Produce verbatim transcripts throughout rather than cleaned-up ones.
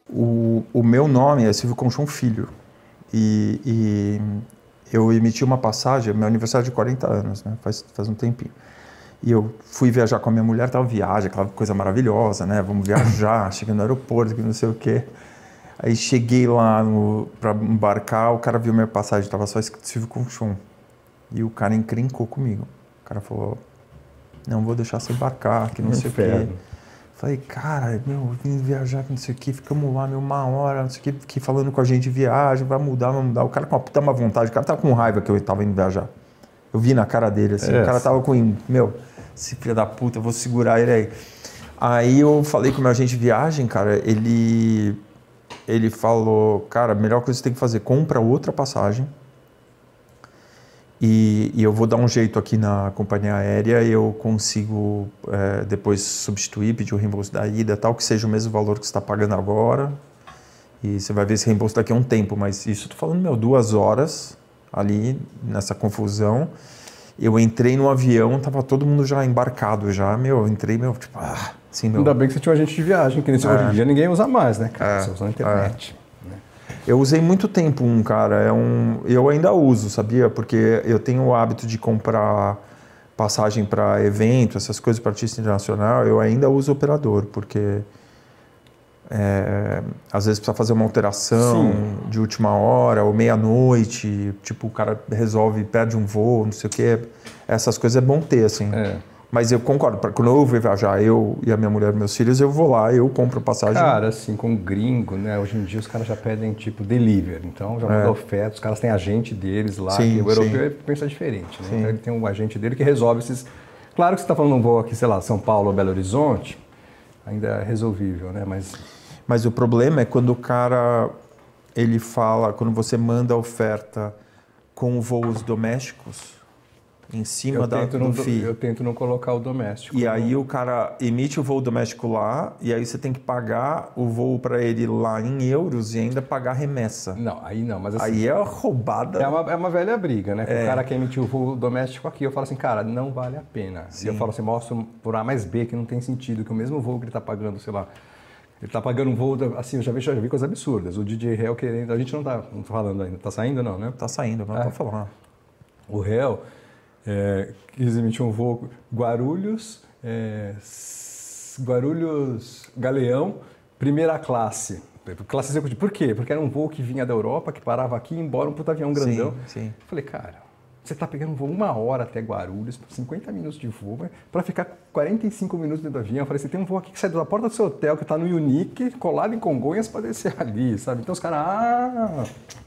O, o meu nome é Silvio Conchon Filho. E, e eu emiti uma passagem, meu aniversário de quarenta anos, né? Faz, faz um tempinho. E eu fui viajar com a minha mulher, tava viagem, aquela coisa maravilhosa, né? Vamos viajar, chegando no aeroporto, não sei o quê. Aí cheguei lá para embarcar, o cara viu minha passagem, tava só escrito Silvio Conchon. E o cara encrencou comigo. O cara falou, não vou deixar você embarcar, que não sei o quê. Falei, cara, meu, vim viajar, não sei o quê, ficamos lá, meu, uma hora, não sei o quê, fiquei falando com a gente de viagem, vai mudar, vai mudar. O cara com uma puta má vontade, o cara tava com raiva que eu tava indo viajar. Eu vi na cara dele, assim, é, o cara tava com, meu, esse filho da puta, eu vou segurar ele aí. Aí eu falei com o meu agente de viagem, cara, ele, ele falou, cara, a melhor coisa que você tem que fazer, compra outra passagem e, e eu vou dar um jeito aqui na companhia aérea e eu consigo é, depois substituir, pedir o reembolso da ida, tal, que seja o mesmo valor que você está pagando agora e você vai ver esse reembolso daqui a um tempo, mas isso eu tô falando, meu, duas horas ali nessa confusão. Eu entrei no avião, tava todo mundo já embarcado já, meu, eu entrei, meu, tipo, ah, assim, meu... Ainda bem que você tinha um agente de viagem, que nesse é. hoje em dia ninguém usa mais, né, cara? É. Você usa na internet. É. Né? Eu usei muito tempo um, cara, é um... eu ainda uso, sabia? Porque eu tenho o hábito de comprar passagem para evento, essas coisas para artista internacional, eu ainda uso operador, porque... É, às vezes precisa fazer uma alteração Sim. de última hora ou meia-noite, tipo o cara resolve, perde um voo, não sei o que, essas coisas é bom ter, assim. É. Mas eu concordo, quando eu vou viajar, eu e a minha mulher e meus filhos, eu vou lá, eu compro passagem. Cara, assim, com gringo, né, hoje em dia os caras já pedem tipo delivery, então já manda é. oferta, os caras têm agente deles lá, sim, que o europeu sim. pensa diferente, né? Então ele tem um agente dele que resolve esses... Claro que você está falando de um voo aqui, sei lá, São Paulo ou Belo Horizonte, ainda é resolvível, né, mas... Mas o problema é quando o cara, ele fala, quando você manda a oferta com voos domésticos, em cima eu da, tento do não, F I I. Eu tento não colocar o doméstico. E não. Aí o cara emite o voo doméstico lá, e aí você tem que pagar o voo para ele lá em euros e ainda pagar remessa. Não, aí não, mas assim... Aí é uma roubada. É uma, é uma velha briga, né? É. O cara quer emitir o voo doméstico aqui, eu falo assim, cara, não vale a pena. Sim. E eu falo assim, mostro por A mais B que não tem sentido, que o mesmo voo que ele está pagando, sei lá... Ele tá pagando um voo, assim, eu já vi, já vi coisas absurdas. O D J Hell querendo... A gente não tá não falando ainda. Tá saindo não, né? Tá saindo, não é. Pode falar. O Hell é, quis emitir um voo Guarulhos... É, Guarulhos Galeão, primeira classe. Classe executiva. Por quê? Porque era um voo que vinha da Europa, que parava aqui e ia embora, um puta avião grandão. Sim, sim. Eu falei, cara... Você está pegando um voo uma hora até Guarulhos, cinquenta minutos de voo, para ficar quarenta e cinco minutos dentro do avião. Eu falei, você tem um voo aqui que sai da porta do seu hotel, que está no Unique, colado em Congonhas, para descer ali, sabe? Então os caras, ah...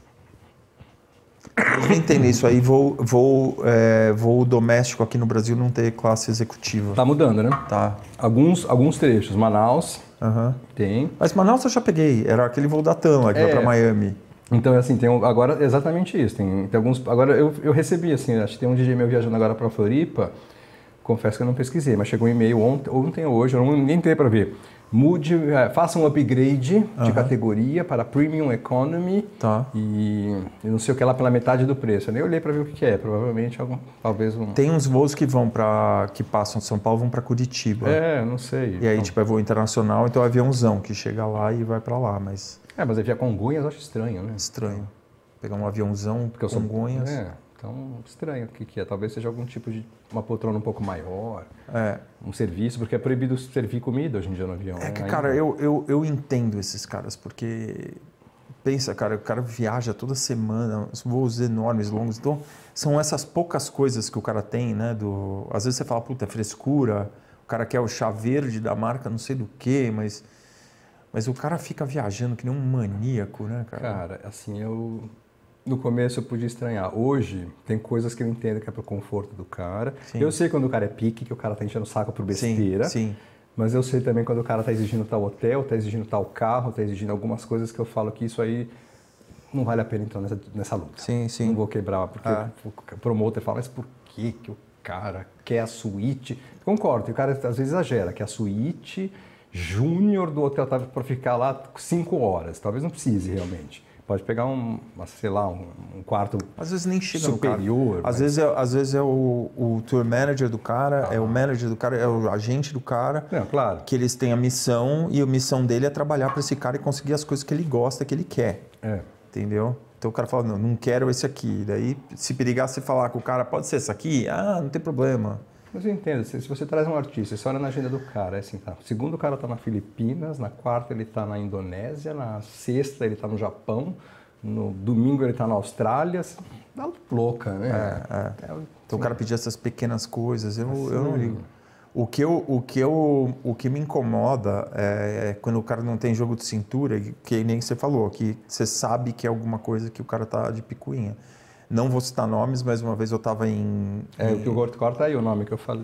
Eu entendo isso aí, voo, voo, é, voo doméstico aqui no Brasil não tem classe executiva. Tá mudando, né? Tá. Alguns, alguns trechos, Manaus uhum. tem. Mas Manaus eu já peguei, era aquele voo da TAM lá, que é. vai para Miami. Então, assim, tem agora exatamente isso. Tem, tem alguns. Agora eu, eu recebi, assim, acho que tem um D J meu viajando agora para Floripa. Confesso que eu não pesquisei, mas chegou um e-mail ontem, ontem ou hoje, eu não, nem entrei para ver. Mude, faça um upgrade de uhum. categoria para Premium Economy tá. e, e não sei o que lá pela metade do preço. Eu nem olhei para ver o que é, provavelmente algum, talvez um... Tem uns voos que vão para que passam de São Paulo, vão para Curitiba. É, não sei. E aí, então... tipo, é voo internacional, então é aviãozão que chega lá e vai para lá, mas... É, mas aí via Congonhas eu acho estranho, né? Estranho. Pegar um aviãozão porque Congonhas... Sou... É, então estranho o que, que é. Talvez seja algum tipo de... uma poltrona um pouco maior, é. um serviço, porque é proibido servir comida hoje em dia no avião. É que, né? cara, eu, eu, eu entendo esses caras, porque... Pensa, cara, o cara viaja toda semana, os voos enormes, longos, então são essas poucas coisas que o cara tem, né? Do... Às vezes você fala, puta, é frescura, o cara quer o chá verde da marca não sei do que, mas... Mas o cara fica viajando que nem um maníaco, né, cara? Cara, assim, eu... No começo eu podia estranhar. Hoje, tem coisas que eu entendo que é pro conforto do cara. Sim. Eu sei quando o cara é pique, que o cara tá enchendo o saco por besteira. Sim, sim. Mas eu sei também quando o cara tá exigindo tal hotel, tá exigindo tal carro, tá exigindo algumas coisas que eu falo que isso aí não vale a pena entrar nessa, nessa luta. Sim, sim. Não vou quebrar, porque ah. o promotor fala, mas por que que o cara quer a suíte? Concordo, o cara às vezes exagera, que a suíte... júnior do hotel tá para ficar lá cinco horas, talvez não precise realmente, Pode pegar um, sei lá, um, um quarto às vezes nem chega superior. No cara. Às, vezes é, às vezes é o, o tour manager do cara, ah. é o manager do cara, é o agente do cara. Não, claro. Que eles têm a missão e a missão dele é trabalhar para esse cara e conseguir as coisas que ele gosta, que ele quer. É. Entendeu? Então o cara fala, não, não quero esse aqui. Daí, se perigar você falar com o cara, pode ser esse aqui? Ah, não tem problema. Mas eu entendo, se você traz um artista, você olha na agenda do cara, é assim, tá. O segundo o cara tá na Filipinas, na quarta ele tá na Indonésia, na sexta ele tá no Japão, no domingo ele tá na Austrália, dá louca, né? É, é. É, então o cara pedir essas pequenas coisas, eu, assim, eu não ligo. O que, eu, o, que eu, o que me incomoda é, é quando o cara não tem jogo de cintura, que nem você falou, que você sabe que é alguma coisa que o cara tá de picuinha. Não vou citar nomes, mas uma vez eu estava em... É, em... o que o Gordo corta aí o nome que eu falei.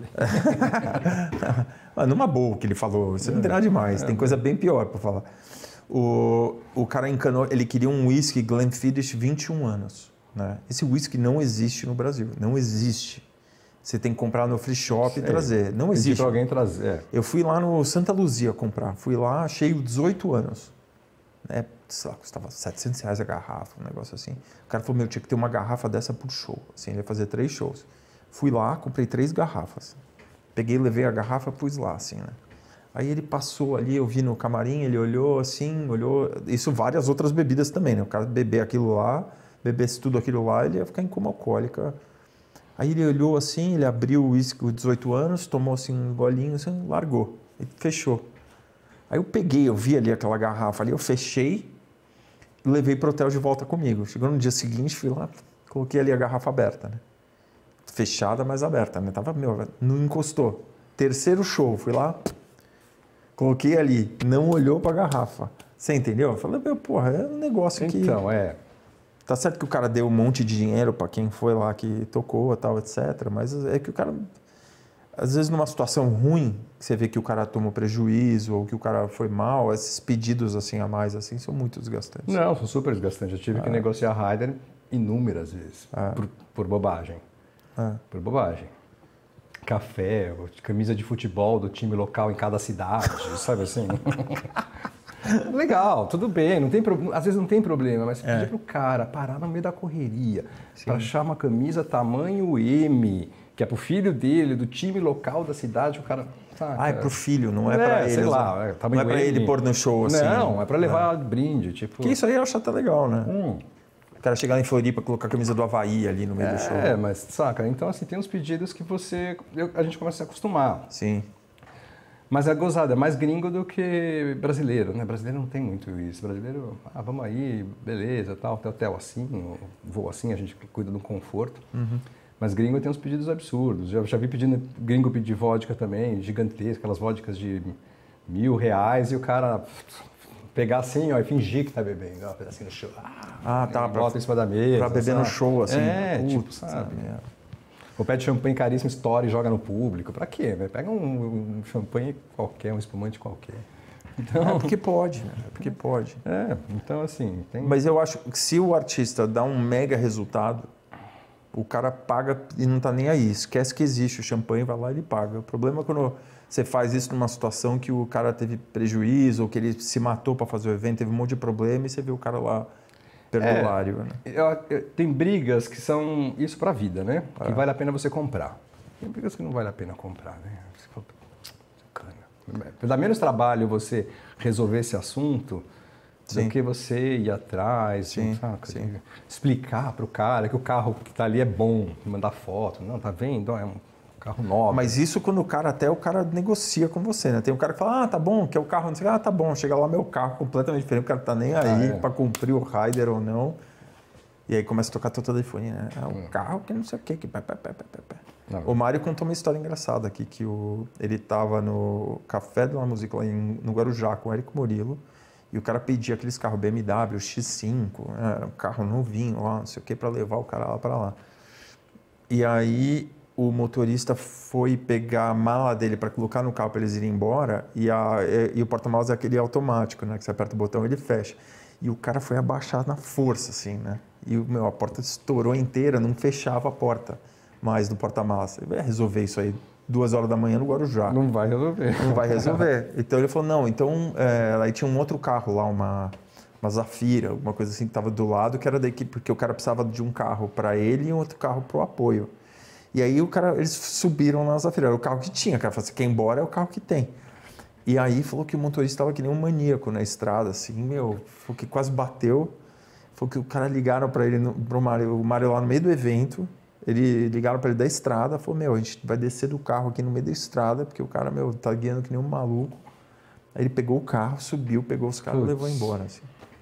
Numa boa que ele falou, isso não tem nada demais, tem coisa bem pior para falar. O, o cara encanou, ele queria um whisky Glenfiddich vinte e um anos. Né? Esse whisky não existe no Brasil, não existe. Você tem que comprar no free shop e trazer, não existe. Pedir para alguém trazer. É. Eu fui lá no Santa Luzia comprar, fui lá, achei dezoito anos. Né? Sei lá, custava setecentos reais a garrafa, um negócio assim. O cara falou, meu, tinha que ter uma garrafa dessa por show. Assim, ele ia fazer três shows. Fui lá, comprei três garrafas. Peguei, levei a garrafa, pus lá, assim, né? Aí ele passou ali, eu vi no camarim, ele olhou assim, olhou... Isso várias outras bebidas também, né? O cara beber aquilo lá, bebesse tudo aquilo lá, ele ia ficar em coma alcoólica. Aí ele olhou assim, ele abriu o uísque com dezoito anos, tomou assim um golinho, assim, largou. E fechou. Aí eu peguei, eu vi ali aquela garrafa ali, eu fechei e levei pro hotel de volta comigo. Chegou no dia seguinte, fui lá, coloquei ali a garrafa aberta, né? Fechada, mas aberta, né? Tava, meu, não encostou. Terceiro show, fui lá, coloquei ali, não olhou pra garrafa. Você entendeu? Eu falei, meu, porra, é um negócio que... Então, é... Tá certo que o cara deu um monte de dinheiro pra quem foi lá que tocou e tal, etcétera. Mas é que o cara... Às vezes numa situação ruim, você vê que o cara tomou prejuízo ou que o cara foi mal, esses pedidos assim a mais assim são muito desgastantes. Não, são super desgastantes. Eu tive é. que negociar rider inúmeras vezes, é. por, por bobagem. É. Por bobagem. Café, camisa de futebol do time local em cada cidade, sabe assim? Legal, tudo bem, não tem pro... às vezes não tem problema, mas você é. pedir pro cara parar no meio da correria para achar uma camisa tamanho M, que é pro filho dele, do time local da cidade, o cara... Saca? Ah, é pro filho, não é, é para ele. Sei lá, é, não é para ele pôr no show assim. Não, é para levar é. brinde, tipo... Que isso aí eu acho até legal, né? Hum. O cara chegar em Floripa e colocar a camisa do Havaí ali no meio é, do show. É, mas saca, então assim, tem uns pedidos que você... Eu, a gente começa a se acostumar. Sim. Mas é gozado, é mais gringo do que brasileiro, né? Brasileiro não tem muito isso. Brasileiro, ah, vamos aí, beleza, tal, tem hotel assim, voo assim, a gente cuida do conforto. Uhum. Mas gringo tem uns pedidos absurdos. Já, já vi pedindo, gringo pedir vodka também, gigantesca, aquelas vodkas de mil reais, e o cara pegar assim, ó, e fingir que tá bebendo, ó, um pedacinho no show. Ah, ah tá. Bota pra, em cima da mesa. Pra beber sabe? no show, assim. É, putz, tipo, sabe? sabe Ou pede champanhe caríssimo, estoura e joga no público. Pra quê? Né? Pega um, um champanhe qualquer, um espumante qualquer. Então, é porque pode, né? É porque pode. É, então assim... Tem... Mas eu acho que se o artista dá um mega resultado, o cara paga e não tá nem aí. Esquece que existe o champanhe, vai lá e ele paga. O problema é quando você faz isso numa situação que o cara teve prejuízo, ou que ele se matou para fazer o evento, teve um monte de problema, e você vê o cara lá... perdulário, é, né? Eu, eu, tem brigas que são isso pra vida, né? É. Que vale a pena você comprar. Tem brigas que não vale a pena comprar, né? Você fala, sacana. Dá menos trabalho você resolver esse assunto Sim. do que você ir atrás, sim, saca? Sim. Explicar pro cara que o carro que tá ali é bom, mandar foto. Não, tá vendo? É um carro novo. Mas isso quando o cara, até o cara negocia com você, né? Tem um cara que fala, ah, tá bom, quer o carro, não sei o que, ah, tá bom, chega lá, meu carro completamente diferente, o cara tá nem aí ah, é. pra cumprir o rider ou não. E aí começa a tocar teu telefone, né? Ah, o hum. carro que não sei o que, que pé, pé, pé, pé, pé. Não, o Mário contou uma história engraçada aqui, que o, ele tava no Café de uma Música lá em, no Guarujá com o Érico Murilo, e o cara pedia aqueles carros B M W X cinco, né? Um carro novinho lá, não sei o que, pra levar o cara lá pra lá. E aí o motorista foi pegar a mala dele para colocar no carro para eles irem embora, e, a, e, e o porta-malas é aquele automático, né? Que você aperta o botão e ele fecha. E o cara foi abaixar na força, assim, né? E meu, a porta estourou inteira, não fechava a porta mais do porta-malas. Vai resolver isso aí duas horas da manhã no Guarujá. Não vai resolver. Não vai resolver. Então ele falou, não, então... É, aí tinha um outro carro lá, uma, uma Zafira, alguma coisa assim que estava do lado, que era da equipe, porque o cara precisava de um carro para ele e um outro carro para o apoio. E aí o cara, eles subiram na Zafira, era o carro que tinha, o cara falou assim, quem embora é o carro que tem. E aí falou que o motorista estava que nem um maníaco na estrada, assim, meu, falou que quase bateu. Falou que o cara ligaram para ele, no, pro Mário, o Mário lá no meio do evento, ele ligaram para ele da estrada, falou, meu, a gente vai descer do carro aqui no meio da estrada, porque o cara, meu, tá guiando que nem um maluco. Aí ele pegou o carro, subiu, pegou os caras e levou embora, assim.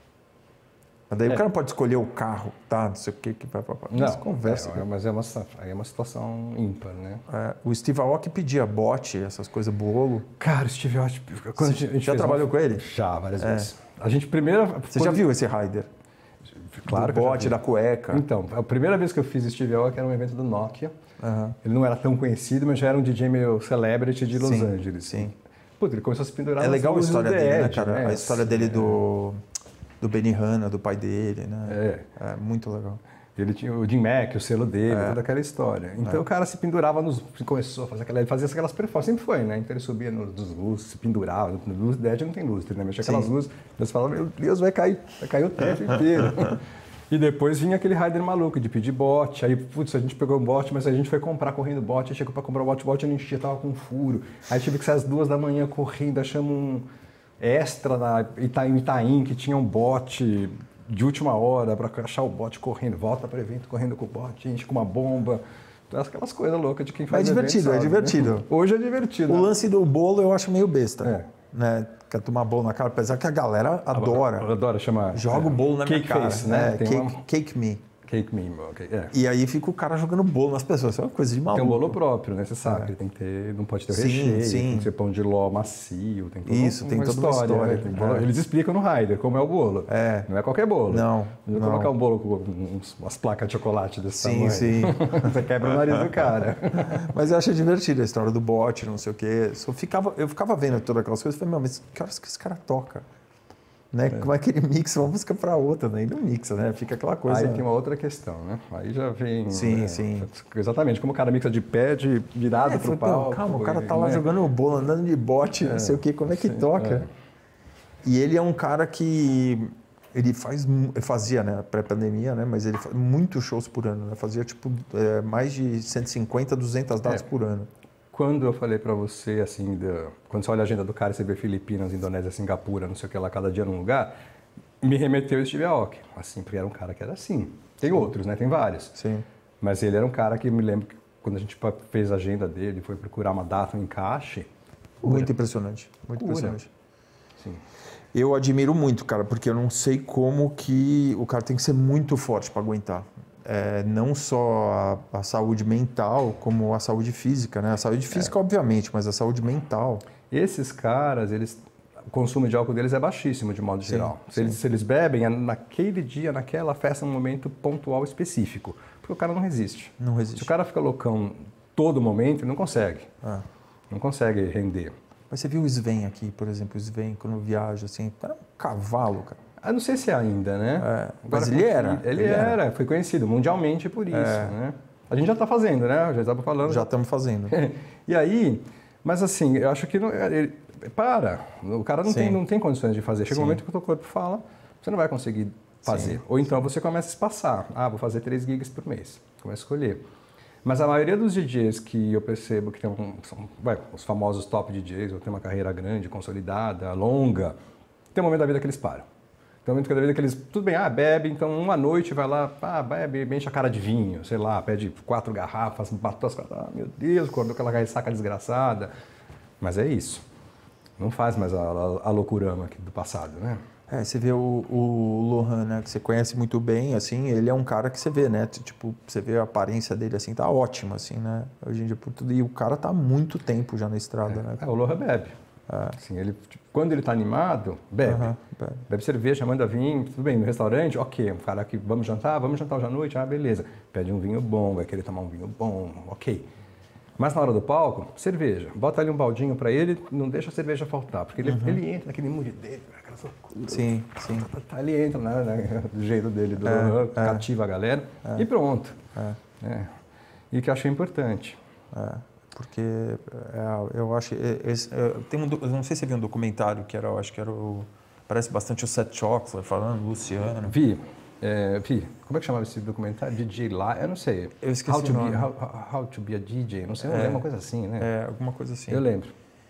Mas daí é. o cara pode escolher o carro, tá? Não sei o que, que vai pra... Não, conversa. É, mas é uma, aí é uma situação ímpar, né? É, o Steve Aoki pedia bote, essas coisas, bolo. Cara, o Steve Aoki... Quando Você a gente já trabalhou uma... com ele? Já, várias é. vezes. A gente primeiro... Você quando... já viu esse rider? Claro do que bote, da cueca. Então, a primeira vez que eu fiz Steve Aoki era um evento do Nokia. Uhum. Ele não era tão conhecido, mas já era um D J meio celebrity de Los sim, Angeles. Sim. Puta, ele começou a se pendurar É nas legal a história dele, Edge, né, cara? Né? A história dele do, do Benny Hanna, do pai dele, né? É. É muito legal. Ele tinha o Jim Mack, o selo dele, é. toda aquela história. Então é. o cara se pendurava nos... Começou a fazer aquela... Ele fazia aquelas performances, sempre foi, né? Então ele subia nos, nos luzes, se pendurava. No luz da Edge não tem lustre, né? Mexia aquelas luzes, você falava, meu Deus, vai cair, vai cair o teto inteiro. E depois vinha aquele rider maluco de pedir bote. Aí, putz, a gente pegou um bote, mas a gente foi comprar correndo bote. Aí chegou pra comprar o bote, o bote não enchia, tava com furo. Aí tive que sair às duas da manhã correndo, achamos um extra na Itaim, Itaim que tinha um bote de última hora pra achar o bote correndo. Volta pro evento correndo com o bote, enche com uma bomba. Então, aquelas coisas loucas de quem faz é divertido, evento, é divertido. Né? Hoje é divertido. O né? lance do bolo eu acho meio besta. É. Né? Quer tomar bolo na cara, apesar que a galera adora. Adora chamar. Joga é, o bolo na minha cake cara. Face, né? É, Tem cake, uma... cake me. Cake me, ok. É. E aí fica o cara jogando bolo nas pessoas. Isso é uma coisa de maluco. Tem um bolo próprio, né? Você sabe. É. Tem que ter, não pode ter o sim, recheio, sim. tem que ser pão de ló macio, tem toda Isso, uma, tem uma toda história. uma história. Né? Bolo, é. Eles explicam no rider como é o bolo. É. Não é qualquer bolo. Não. Não não. colocar um bolo com uns, umas placas de chocolate desse sim, tamanho. Sim, sim. Você quebra o nariz do cara. Mas eu achei divertido a história do bote, não sei o quê. Eu ficava, eu ficava vendo todas aquelas coisas e falei, meu, mas que horas que esse cara toca? Né? É. Como é que ele mixa uma música para outra, né? Ele não mixa, né? Fica aquela coisa... Aí tem uma outra questão, né? Aí já vem... Sim, né? sim. Exatamente, como o cara mixa de pé, de virado é, pro palco. Calma, o cara tá lá né? jogando o bolo, andando de bote, é, não sei o quê, como é que sim, toca? É. E ele é um cara que... Ele faz, ele fazia, né, pré-pandemia, né? Mas ele faz muitos shows por ano, né? Fazia, tipo, é, mais de cento e cinquenta, duzentas datas é. por ano. Quando eu falei pra você, assim, de, quando você olha a agenda do cara e você vê Filipinas, Indonésia, Singapura, não sei o que lá, cada dia num lugar, me remeteu o Steve Aoki, assim, porque era um cara que era assim. Tem Sim. outros, né? Tem vários. Sim. Mas ele era um cara que me lembro que quando a gente fez a agenda dele, foi procurar uma data, um encaixe... Pura. Muito impressionante, muito Pura. impressionante. Sim. Eu admiro muito, cara, porque eu não sei como que o cara tem que ser muito forte para aguentar. É, não só a, a saúde mental, como a saúde física, né? A saúde física, é. obviamente, mas a saúde mental. Esses caras, eles, o consumo de álcool deles é baixíssimo, de modo sim, geral. Se eles, se eles bebem, é naquele dia, naquela festa, num momento pontual específico. Porque o cara não resiste. Não resiste. Se o cara fica loucão todo momento, ele não consegue. É. Não consegue render. Mas você viu o Sven aqui, por exemplo, o Sven, quando viaja, assim, o cara é um cavalo, cara. Eu não sei se é ainda, né? É, mas ele era. Ele, ele era, era, foi conhecido mundialmente por isso, é. né? A gente já está fazendo, né? Já estava falando. Já estamos fazendo. E aí, mas assim, eu acho que não, ele, para, o cara não tem, não tem condições de fazer. Chega Sim. um momento que o teu corpo fala, você não vai conseguir fazer. Sim. Ou então você começa a espaçar. Ah, vou fazer três gigs por mês. Começa a escolher. Mas a maioria dos D Js que eu percebo que tem um, são vai, os famosos top D Js, ou tem uma carreira grande, consolidada, longa, tem um momento da vida que eles param. Tem um momento da vida que eles, tudo bem, ah, bebe, então uma noite vai lá, ah, bebe, enche a cara de vinho, sei lá, pede quatro garrafas, matou as quatro, ah, meu Deus, acordou aquela ressaca desgraçada. Mas é isso. Não faz mais a, a, a loucurama aqui do passado, né? É, você vê o, o Lohan, né, que você conhece muito bem, assim, ele é um cara que você vê, né, tipo, você vê a aparência dele, assim, tá ótima, assim, né, hoje em dia, por tudo, e o cara tá há muito tempo já na estrada, é, né. É, o Lohan bebe. É. Assim, ele, tipo, quando ele tá animado, bebe. Uhum, bebe. Bebe cerveja, manda vinho, tudo bem, no restaurante, ok, um cara que vamos jantar, vamos jantar hoje à noite, ah, beleza. Pede um vinho bom, vai querer tomar um vinho bom, ok. Mas na hora do palco, cerveja. Bota ali um baldinho pra ele, não deixa a cerveja faltar, porque ele, uhum. ele entra naquele mood dele, aquela loucura. Sim, sim. Tá, tá, ele entra, né, né, do jeito dele, do, é, uh, cativa é, a galera é, e pronto. É. É. E que eu achei importante. É. Porque é, eu acho esse, é, tem um, eu não sei se você viu um documentário que era, eu acho que era o Parece bastante o Seth Chocolate falando, Luciano. Vi. É, vi. Como é que chamava esse documentário? D J lá? Eu não sei. Eu esqueci how to o nome. Be, how, how to be a D J. Não sei, eu é, lembro uma coisa assim, né? É, alguma coisa assim. Eu lembro.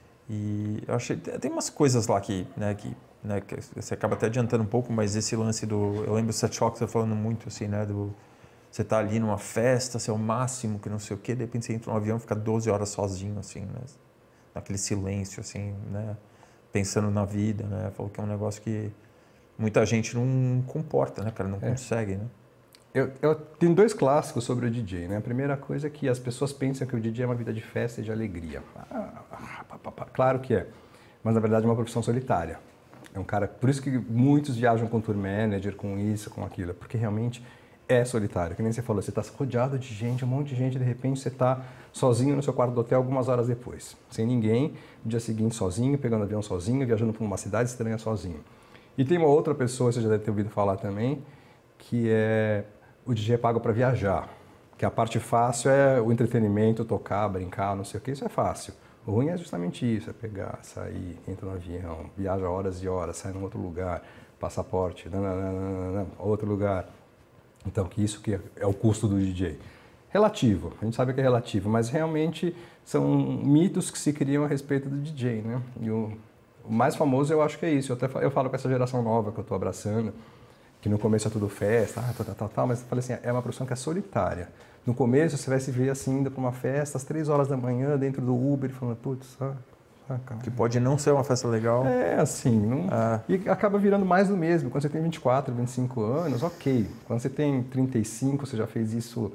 E eu achei... Tem umas coisas lá que, né, que, né, que você acaba até adiantando um pouco, mas esse lance do... Eu lembro o Seth Chocolate falando muito, assim, né, do... Você tá ali numa festa, você é o máximo, que não sei o quê, de repente você entra num avião e fica doze horas sozinho, assim, né? Naquele silêncio, assim, né? Pensando na vida, né? Falou que é um negócio que muita gente não comporta, né, cara? Não é. consegue, né? Eu, eu tenho dois clássicos sobre o D J, né? A primeira coisa é que as pessoas pensam que o D J é uma vida de festa e de alegria. Ah, pá, pá, pá. Claro que é, mas na verdade é uma profissão solitária. É um cara, por isso que muitos viajam com tour manager, com isso, com aquilo, porque realmente é solitário. Que nem você falou, você está rodeado de gente, um monte de gente, de repente você está sozinho no seu quarto do hotel algumas horas depois, sem ninguém, no dia seguinte sozinho, pegando avião sozinho, viajando para uma cidade estranha sozinho. E tem uma outra pessoa, você já deve ter ouvido falar também, que é o D J é pago para viajar, que a parte fácil é o entretenimento, tocar, brincar, não sei o que, isso é fácil. O ruim é justamente isso, é pegar, sair, entra no avião, viaja horas e horas, sai num outro lugar, passaporte, nananana, outro lugar. Então, que isso que é o custo do D J. Relativo, a gente sabe que é relativo, mas realmente são mitos que se criam a respeito do D J, né? E o, o mais famoso eu acho que é isso, eu até eu falo com essa geração nova que eu estou abraçando, que no começo é tudo festa, ah, tal, tal, tal, mas eu falei assim, é uma profissão que é solitária. No começo você vai se ver assim, indo para uma festa às três horas da manhã, dentro do Uber, falando, putz, ah, ah, que pode não ser uma festa legal. É, assim, não... ah. E acaba virando mais do mesmo. Quando você tem vinte e quatro, vinte e cinco anos, ok. Quando você tem trinta e cinco, você já fez isso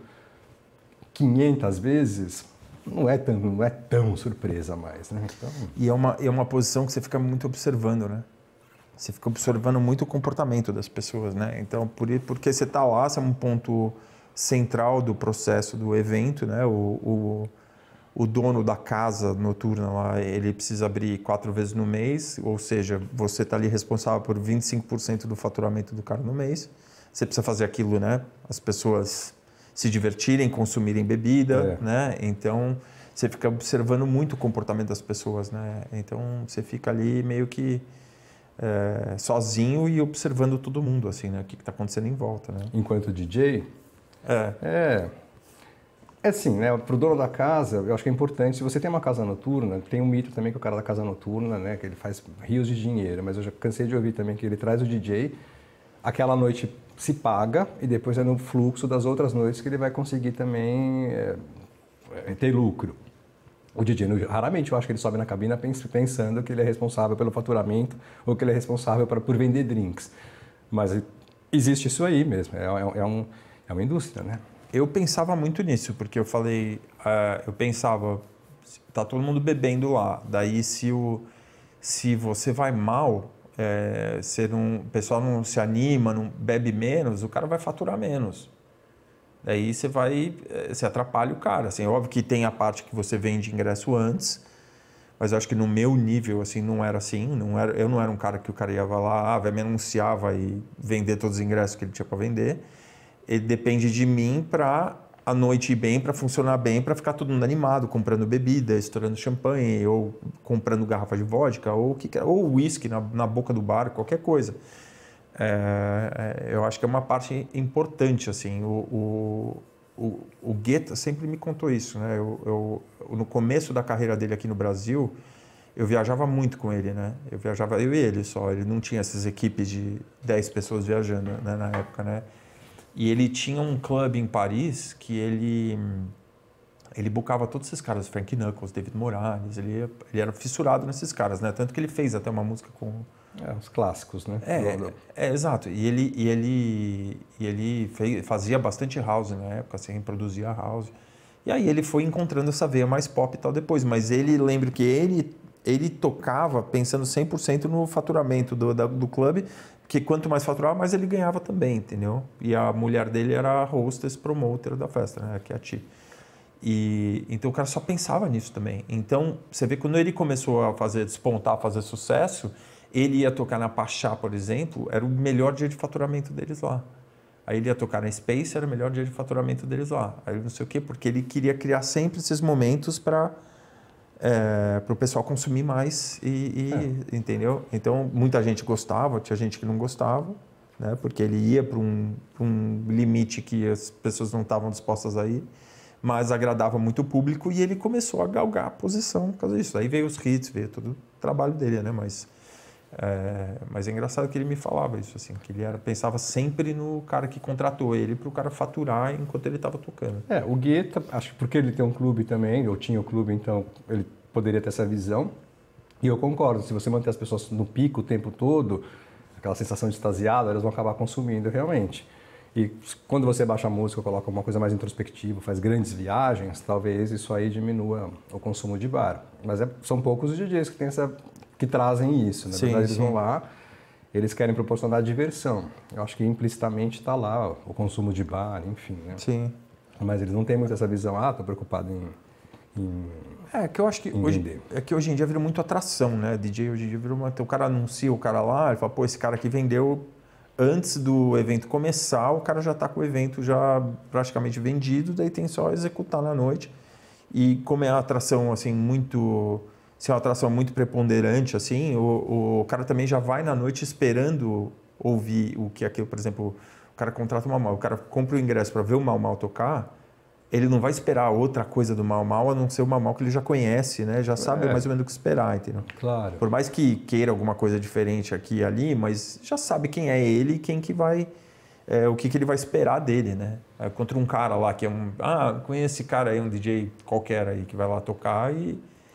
quinhentas vezes, não é tão, não é tão surpresa mais, né? Então... E é uma, é uma posição que você fica muito observando, né? Você fica observando muito o comportamento das pessoas, né? Então, por, porque você está lá, você é um ponto central do processo do evento, né? O, o, o dono da casa noturna lá, ele precisa abrir quatro vezes no mês, ou seja, você está ali responsável por vinte e cinco por cento do faturamento do cara no mês. Você precisa fazer aquilo, né? As pessoas se divertirem, consumirem bebida, é. né? Então, você fica observando muito o comportamento das pessoas, né? Então, você fica ali meio que É, sozinho e observando todo mundo, assim, né? O que está acontecendo em volta, né? Enquanto D J? É. É, é assim, né? Para o dono da casa, eu acho que é importante, se você tem uma casa noturna, tem um mito também que o cara da casa noturna, né? Que ele faz rios de dinheiro, mas eu já cansei de ouvir também que ele traz o D J, aquela noite se paga e depois é no fluxo das outras noites que ele vai conseguir também é, ter lucro. O D J, raramente eu acho que ele sobe na cabina pensando que ele é responsável pelo faturamento ou que ele é responsável pra, por vender drinks. Mas existe isso aí mesmo, é, é, é, um, é uma indústria, né? Eu pensava muito nisso, porque eu falei, uh, eu pensava, tá todo mundo bebendo lá, daí se, o, se você vai mal, é, se não, o pessoal não se anima, não bebe menos, o cara vai faturar menos. Daí você vai, você atrapalha o cara, assim, óbvio que tem a parte que você vende ingresso antes, mas eu acho que no meu nível, assim, não era assim, não era, eu não era um cara que o cara ia lá, ah, vai me anunciar, vai vender todos os ingressos que ele tinha para vender, ele depende de mim para a noite ir bem, para funcionar bem, para ficar todo mundo animado, comprando bebida, estourando champanhe, ou comprando garrafa de vodka, ou ou whisky na, na boca do bar, qualquer coisa. É, eu acho que é uma parte importante, assim, o, o, o, o Guetta sempre me contou isso, né, eu, eu, no começo da carreira dele aqui no Brasil, eu viajava muito com ele, né, eu viajava, eu e ele só, ele não tinha essas equipes de dez pessoas viajando, né, na época, né, e ele tinha um clube em Paris que ele, ele bucava todos esses caras, Frank Knuckles, David Morales, ele, ele era fissurado nesses caras, né, tanto que ele fez até uma música com... É, os clássicos, né? É, é, é exato. E ele, e ele, e ele fez, fazia bastante house na época, assim, produzia house. E aí ele foi encontrando essa veia mais pop e tal depois. Mas ele, lembro que ele, ele tocava pensando cem por cento no faturamento do, da, do clube, porque quanto mais faturava, mais ele ganhava também, entendeu? E a mulher dele era a hostess promoter da festa, né? Que é a Ti. E, então o cara só pensava nisso também. Então, você vê, quando ele começou a fazer, despontar, fazer sucesso... Ele ia tocar na Pachá, por exemplo, era o melhor dia de faturamento deles lá. Aí ele ia tocar na Space, era o melhor dia de faturamento deles lá. Aí não sei o quê, porque ele queria criar sempre esses momentos para é, para o pessoal consumir mais, e, e é. entendeu? Então, muita gente gostava, tinha gente que não gostava, né? Porque ele ia para um, um limite que as pessoas não estavam dispostas a ir, mas agradava muito o público e ele começou a galgar a posição por causa disso. Aí veio os hits, veio todo o trabalho dele, né? Mas é, mas é engraçado que ele me falava isso, assim, que ele era, pensava sempre no cara que contratou ele para o cara faturar enquanto ele estava tocando. É, o Guetta, acho que porque ele tem um clube também, ou tinha o um clube, então ele poderia ter essa visão. E eu concordo, se você manter as pessoas no pico o tempo todo, aquela sensação de extasiado, elas vão acabar consumindo realmente. E quando você baixa a música, coloca uma coisa mais introspectiva, faz grandes viagens, talvez isso aí diminua o consumo de bar. Mas é, são poucos os D Js que, tem essa, que trazem isso. Na verdade, eles vão lá, eles querem proporcionar diversão. Eu acho que implicitamente está lá o consumo de bar, enfim. Né? Sim. Mas eles não têm muito essa visão, ah, estou preocupado em, em É que eu acho que hoje, é que hoje em dia virou muito atração, né? D J hoje em dia virou uma... Então, o cara anuncia o cara lá, ele fala, pô, esse cara aqui vendeu... Antes do evento começar, o cara já está com o evento já praticamente vendido, daí tem só executar na noite. E como é uma atração assim muito, se é uma atração muito preponderante assim, o, o cara também já vai na noite esperando ouvir o que é aquilo, por exemplo, o cara contrata o Mau Mau, o cara compra o ingresso para ver o Mau Mau tocar, ele não vai esperar outra coisa do Mau Mau a não ser o Mau Mau que ele já conhece, né? Já sabe é. mais ou menos o que esperar, entendeu? Claro. Por mais que queira alguma coisa diferente aqui e ali, mas já sabe quem é ele e quem que vai, é, o que, que ele vai esperar dele, né? É, contra um cara lá que é um, ah, conhece esse cara aí, um D J qualquer aí que vai lá tocar e...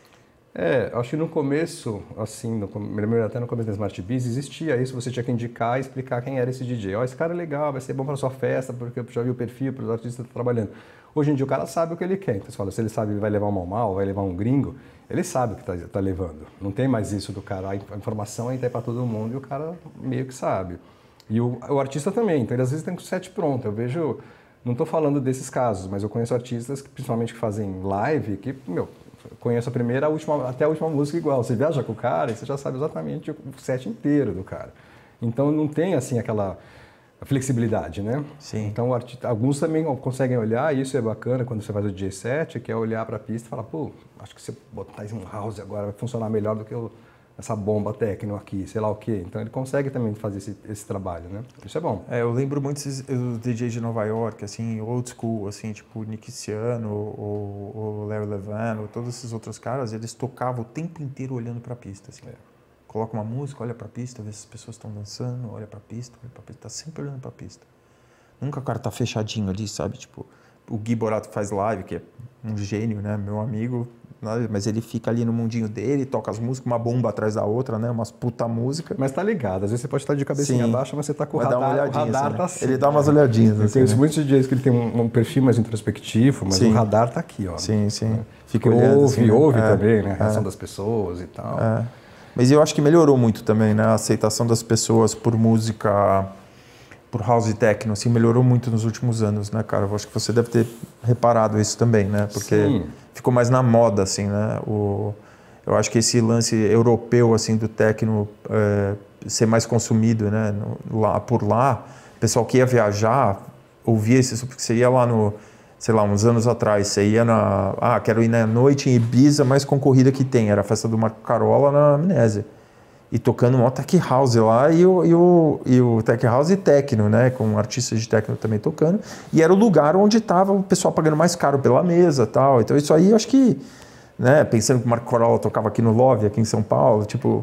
É, acho que no começo, assim, no, até no começo da Smart Biz, existia isso, você tinha que indicar e explicar quem era esse D J. Ó, oh, esse cara é legal, vai ser bom para sua festa, porque eu já vi o perfil, para os artistas que estão trabalhando. Hoje em dia o cara sabe o que ele quer, então você fala, se ele sabe que vai levar um Mau Mau, vai levar um gringo, ele sabe o que está tá levando. Não tem mais isso do cara, a informação aí tá para todo mundo e o cara meio que sabe. E o, o artista também, então ele às vezes tem o set pronto. Eu vejo, não estou falando desses casos, mas eu conheço artistas, que, principalmente que fazem live, que, meu, conheço a primeira a última, até a última música igual. Você viaja com o cara e você já sabe exatamente o set inteiro do cara. Então não tem assim aquela flexibilidade, né? Sim. Então artista, alguns também conseguem olhar, e isso é bacana quando você faz o D J set, que é olhar para a pista e falar, pô, acho que se você botar um house agora vai funcionar melhor do que o, essa bomba techno aqui, sei lá o quê. Então ele consegue também fazer esse, esse trabalho, né? Isso é bom. É, eu lembro muito dos D Js de Nova York, assim, old school, assim, tipo Nick Ciano, ou, ou Larry Levan, ou todos esses outros caras, eles tocavam o tempo inteiro olhando para a pista, assim. É. Coloca uma música, olha para a pista, vê se as pessoas estão dançando, olha para a pista, olha para a pista, tá sempre olhando para a pista. Nunca o cara tá fechadinho ali, sabe? Tipo, o Gui Borato faz live, que é um gênio, né? Meu amigo, mas ele fica ali no mundinho dele, toca as músicas, uma bomba atrás da outra, né? Umas puta música. Mas tá ligado, às vezes você pode estar de cabecinha Sim. baixa, mas você tá com o Vai radar, dar uma olhadinha, o radar assim, né? tá assim. Ele dá umas olhadinhas. Eu assim, conheço né? muitos D Js que ele tem um, um perfil mais introspectivo, mas sim. o radar tá aqui, ó. Sim, sim. Né? Fica ouve, olhando, assim, né? ouve é, também, né? A reação é. das pessoas e tal. É. Mas eu acho que melhorou muito também, né? A aceitação das pessoas por música, por house e techno, assim, melhorou muito nos últimos anos, né, cara? Eu acho que você deve ter reparado isso também, né? Porque Sim. ficou mais na moda, assim, né? O, eu acho que esse lance europeu, assim, do techno é, ser mais consumido, né? No, lá, por lá, o pessoal que ia viajar, ouvia isso, porque você ia lá no... sei lá, uns anos atrás, você ia na... Ah, quero ir na noite em Ibiza mais concorrida que tem. Era a festa do Marco Carola na Amnésia. E tocando um tech house lá e o, e, o, e o tech house e techno, né? Com artistas de techno também tocando. E era o lugar onde estava o pessoal pagando mais caro pela mesa e tal. Então isso aí, eu acho que... né? Pensando que o Marco Carola tocava aqui no Love, aqui em São Paulo, tipo...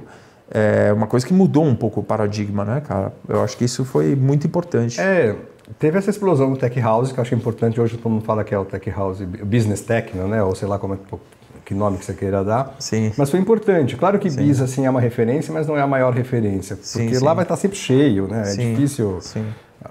É uma coisa que mudou um pouco o paradigma, né, cara? Eu acho que isso foi muito importante. É... Teve essa explosão do Tech House, que eu acho importante. Hoje todo mundo fala que é o Tech House, Business Techno, né? Ou sei lá como é, que nome que você queira dar. Sim. Mas foi importante. Claro que Sim. Ibiza assim, é uma referência, mas não é a maior referência. Sim, porque sim. lá vai estar sempre cheio, né? É Sim. difícil, Sim.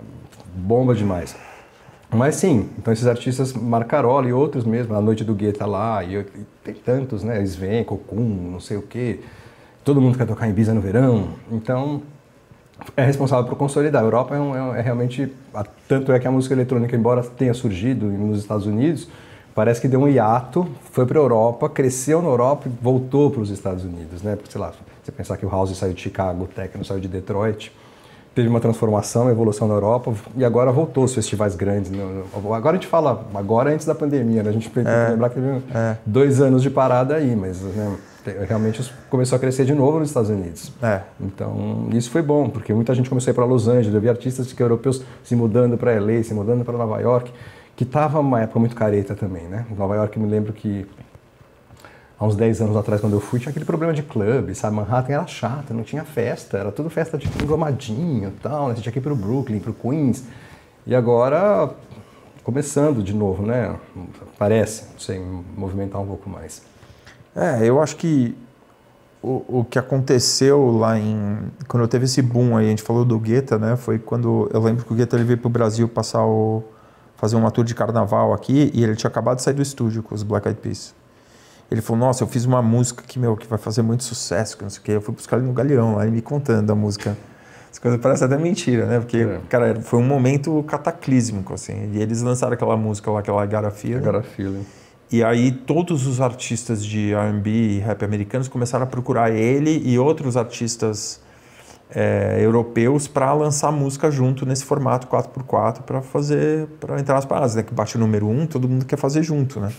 bomba demais. Mas sim, então esses artistas, Marcarola e outros mesmo, a Noite do Guetta lá, e, e tem tantos, né? Sven, Cocum, não sei o quê. Todo mundo quer tocar em Ibiza no verão. Então... é responsável por consolidar. A Europa é, um, é, é realmente... Tanto é que a música eletrônica, embora tenha surgido nos Estados Unidos, parece que deu um hiato, foi para a Europa, cresceu na Europa e voltou para os Estados Unidos, né? Porque, sei lá, você pensar que o House saiu de Chicago, o Techno saiu de Detroit, teve uma transformação, uma evolução na Europa e agora voltou os festivais grandes. No, no, agora a gente fala, agora antes da pandemia, né? A gente tem que é, lembrar que teve é. dois anos de parada aí, mas né, realmente começou a crescer de novo nos Estados Unidos. É. Então isso foi bom, porque muita gente começou a ir para Los Angeles, eu vi artistas europeus se mudando para L A, se mudando para Nova York, que estava uma época muito careta também, né? Em Nova York eu me lembro que há uns dez anos atrás, quando eu fui, tinha aquele problema de clube, sabe? Manhattan era chata, não tinha festa, era tudo festa de engomadinho e tal, né? Você tinha que ir pro Brooklyn, pro Queens. E agora, começando de novo, né? Parece, não sei, movimentar um pouco mais. É, eu acho que o, o que aconteceu lá em... Quando teve esse boom aí, a gente falou do Guetta, né? Foi quando... Eu lembro que o Guetta ele veio pro Brasil passar o... fazer uma tour de carnaval aqui e ele tinha acabado de sair do estúdio com os Black Eyed Peas. Ele falou, nossa, eu fiz uma música que, meu, que vai fazer muito sucesso, que não sei o quê. Eu fui buscar ele no Galeão, lá, ele me contando a música. As coisas parecem até mentira, né? Porque, é. cara, foi um momento cataclísmico, assim. E eles lançaram aquela música lá, aquela Got a Feeling. Got a Feeling. E aí todos os artistas de R and B e rap americanos começaram a procurar ele e outros artistas é, europeus para lançar música junto nesse formato quatro por quatro para fazer, para entrar nas paradas, né? Que bate o número um, todo mundo quer fazer junto, né?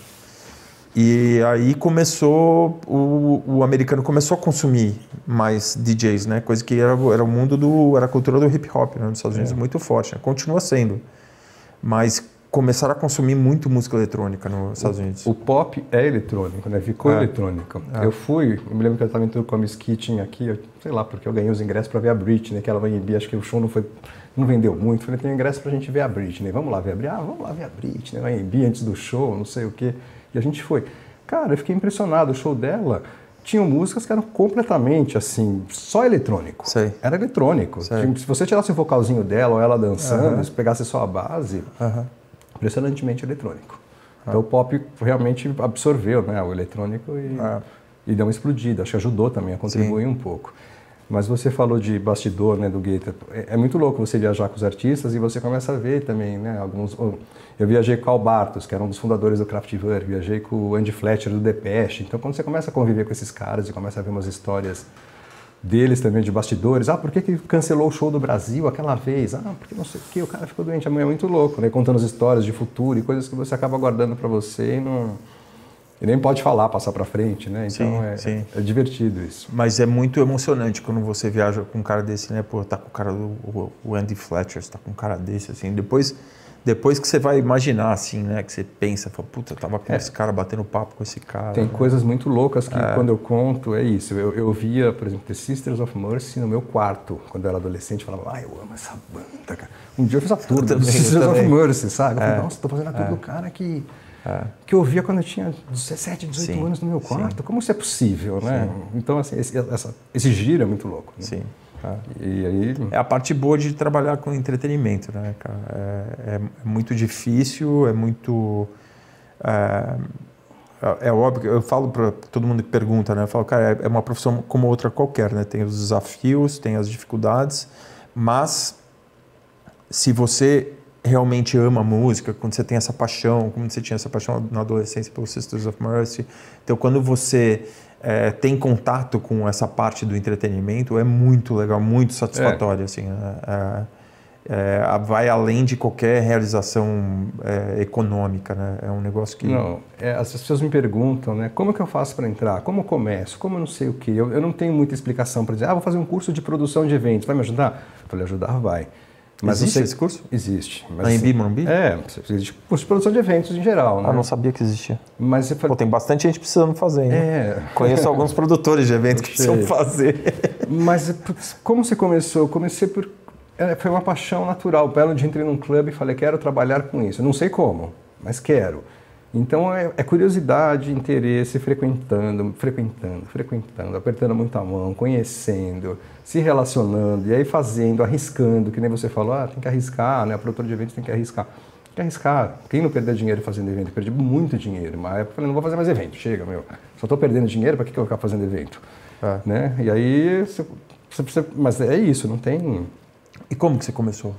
E aí começou, o, o americano começou a consumir mais D Js, né? Coisa que era, era o mundo do, era a cultura do hip hop, né? Nos Estados Unidos é. muito forte, né? Continua sendo, mas começaram a consumir muito música eletrônica nos Estados Unidos. O, o pop é eletrônico, né? Ficou é. eletrônico. É. Eu fui, eu me lembro que eu estava entrando com a Miss Kitchen aqui, eu, sei lá, porque eu ganhei os ingressos para ver a Britney, que ela vai em acho que o show não foi, não vendeu muito, falei, tem ingresso para a gente ver a Britney, vamos lá ver a Britney, ah, vamos lá ver a Britney, vai em antes do show, não sei o quê. E a gente foi. Cara, eu fiquei impressionado. O show dela tinham músicas que eram completamente, assim, só eletrônico. Sei. Era eletrônico. Tinha, se você tirasse o vocalzinho dela ou ela dançando, uhum. se pegasse só a base, uhum. impressionantemente eletrônico. Uhum. Então o pop realmente absorveu, né, o eletrônico e, uhum. e deu uma explodida. Acho que ajudou também a contribuir Sim. um pouco. Mas você falou de bastidor, né, do Guetta. É, é muito louco você viajar com os artistas e você começa a ver também, né, alguns... Eu viajei com o Al Bartos, que era um dos fundadores do Kraftwerk, viajei com o Andy Fletcher do Depeche. Então, quando você começa a conviver com esses caras e começa a ver umas histórias deles também, de bastidores, ah, por que que cancelou o show do Brasil aquela vez? Ah, porque não sei o quê, o cara ficou doente. É muito louco, né, contando as histórias de futuro e coisas que você acaba guardando para você e não... E nem pode falar, passar para frente, né? Então sim, é, sim. é divertido isso. Mas é muito emocionante quando você viaja com um cara desse, né? Pô, tá com o cara do o Andy Fletcher, tá com um cara desse, assim. Depois, depois que você vai imaginar, assim, né? Que você pensa, fala, puta, eu tava com é. esse cara, batendo papo com esse cara. Tem né? coisas muito loucas que é. quando eu conto, é isso. Eu, eu via, por exemplo, The Sisters of Mercy no meu quarto, quando eu era adolescente, falava, ah, eu amo essa banda, cara. Um dia eu fiz a tour do Sisters of Mercy, sabe? Eu falei, nossa, tô fazendo a tour é. do cara que... É. que eu ouvia quando eu tinha dezessete, dezoito sim, anos no meu quarto. Sim. Como isso é possível, né? Sim. Então, assim, esse, essa, esse giro é muito louco. Né? Sim. É. E aí... É a parte boa de trabalhar com entretenimento, né, cara? É, é, é muito difícil, é muito... É, é óbvio, eu falo para todo mundo que pergunta, né? Eu falo, cara, é uma profissão como outra qualquer, né? Tem os desafios, tem as dificuldades, mas se você... realmente ama a música, quando você tem essa paixão, como você tinha essa paixão na adolescência pelo Sisters of Mercy. Então, quando você é, tem contato com essa parte do entretenimento, é muito legal, muito satisfatório. É. Assim, é, é, vai além de qualquer realização é, econômica, né? É um negócio que... Não, é, as pessoas me perguntam, né? Como que eu faço para entrar? Como eu começo? Como eu não sei o quê? Eu, eu não tenho muita explicação para dizer, ah, vou fazer um curso de produção de eventos, vai me ajudar? Eu falei, ajudar vai. Mas existe sei... esse curso? Existe. Mas, A M B, Morumbi? É, existe curso de produção de eventos em geral, né? Ah, não sabia que existia. Mas você... Pô, tem bastante gente precisando fazer, hein? É. Conheço alguns produtores de eventos que precisam fazer. Mas como você começou? Eu comecei por... Foi uma paixão natural. Belo dia entrei num clube e falei, quero trabalhar com isso. Eu não sei como, mas quero. Então é, é curiosidade, interesse, frequentando, frequentando, frequentando, apertando muito a mão, conhecendo, se relacionando, e aí fazendo, arriscando, que nem você falou, ah, tem que arriscar, né? A produtora de eventos tem que arriscar. Tem que arriscar. Quem não perdeu dinheiro fazendo evento? Eu perdi muito dinheiro. Mas eu falei, não vou fazer mais evento, chega, meu. Só estou perdendo dinheiro, para que, que eu vou ficar fazendo evento? É. Né? E aí, você, você, mas é isso, não tem... E como que você começou?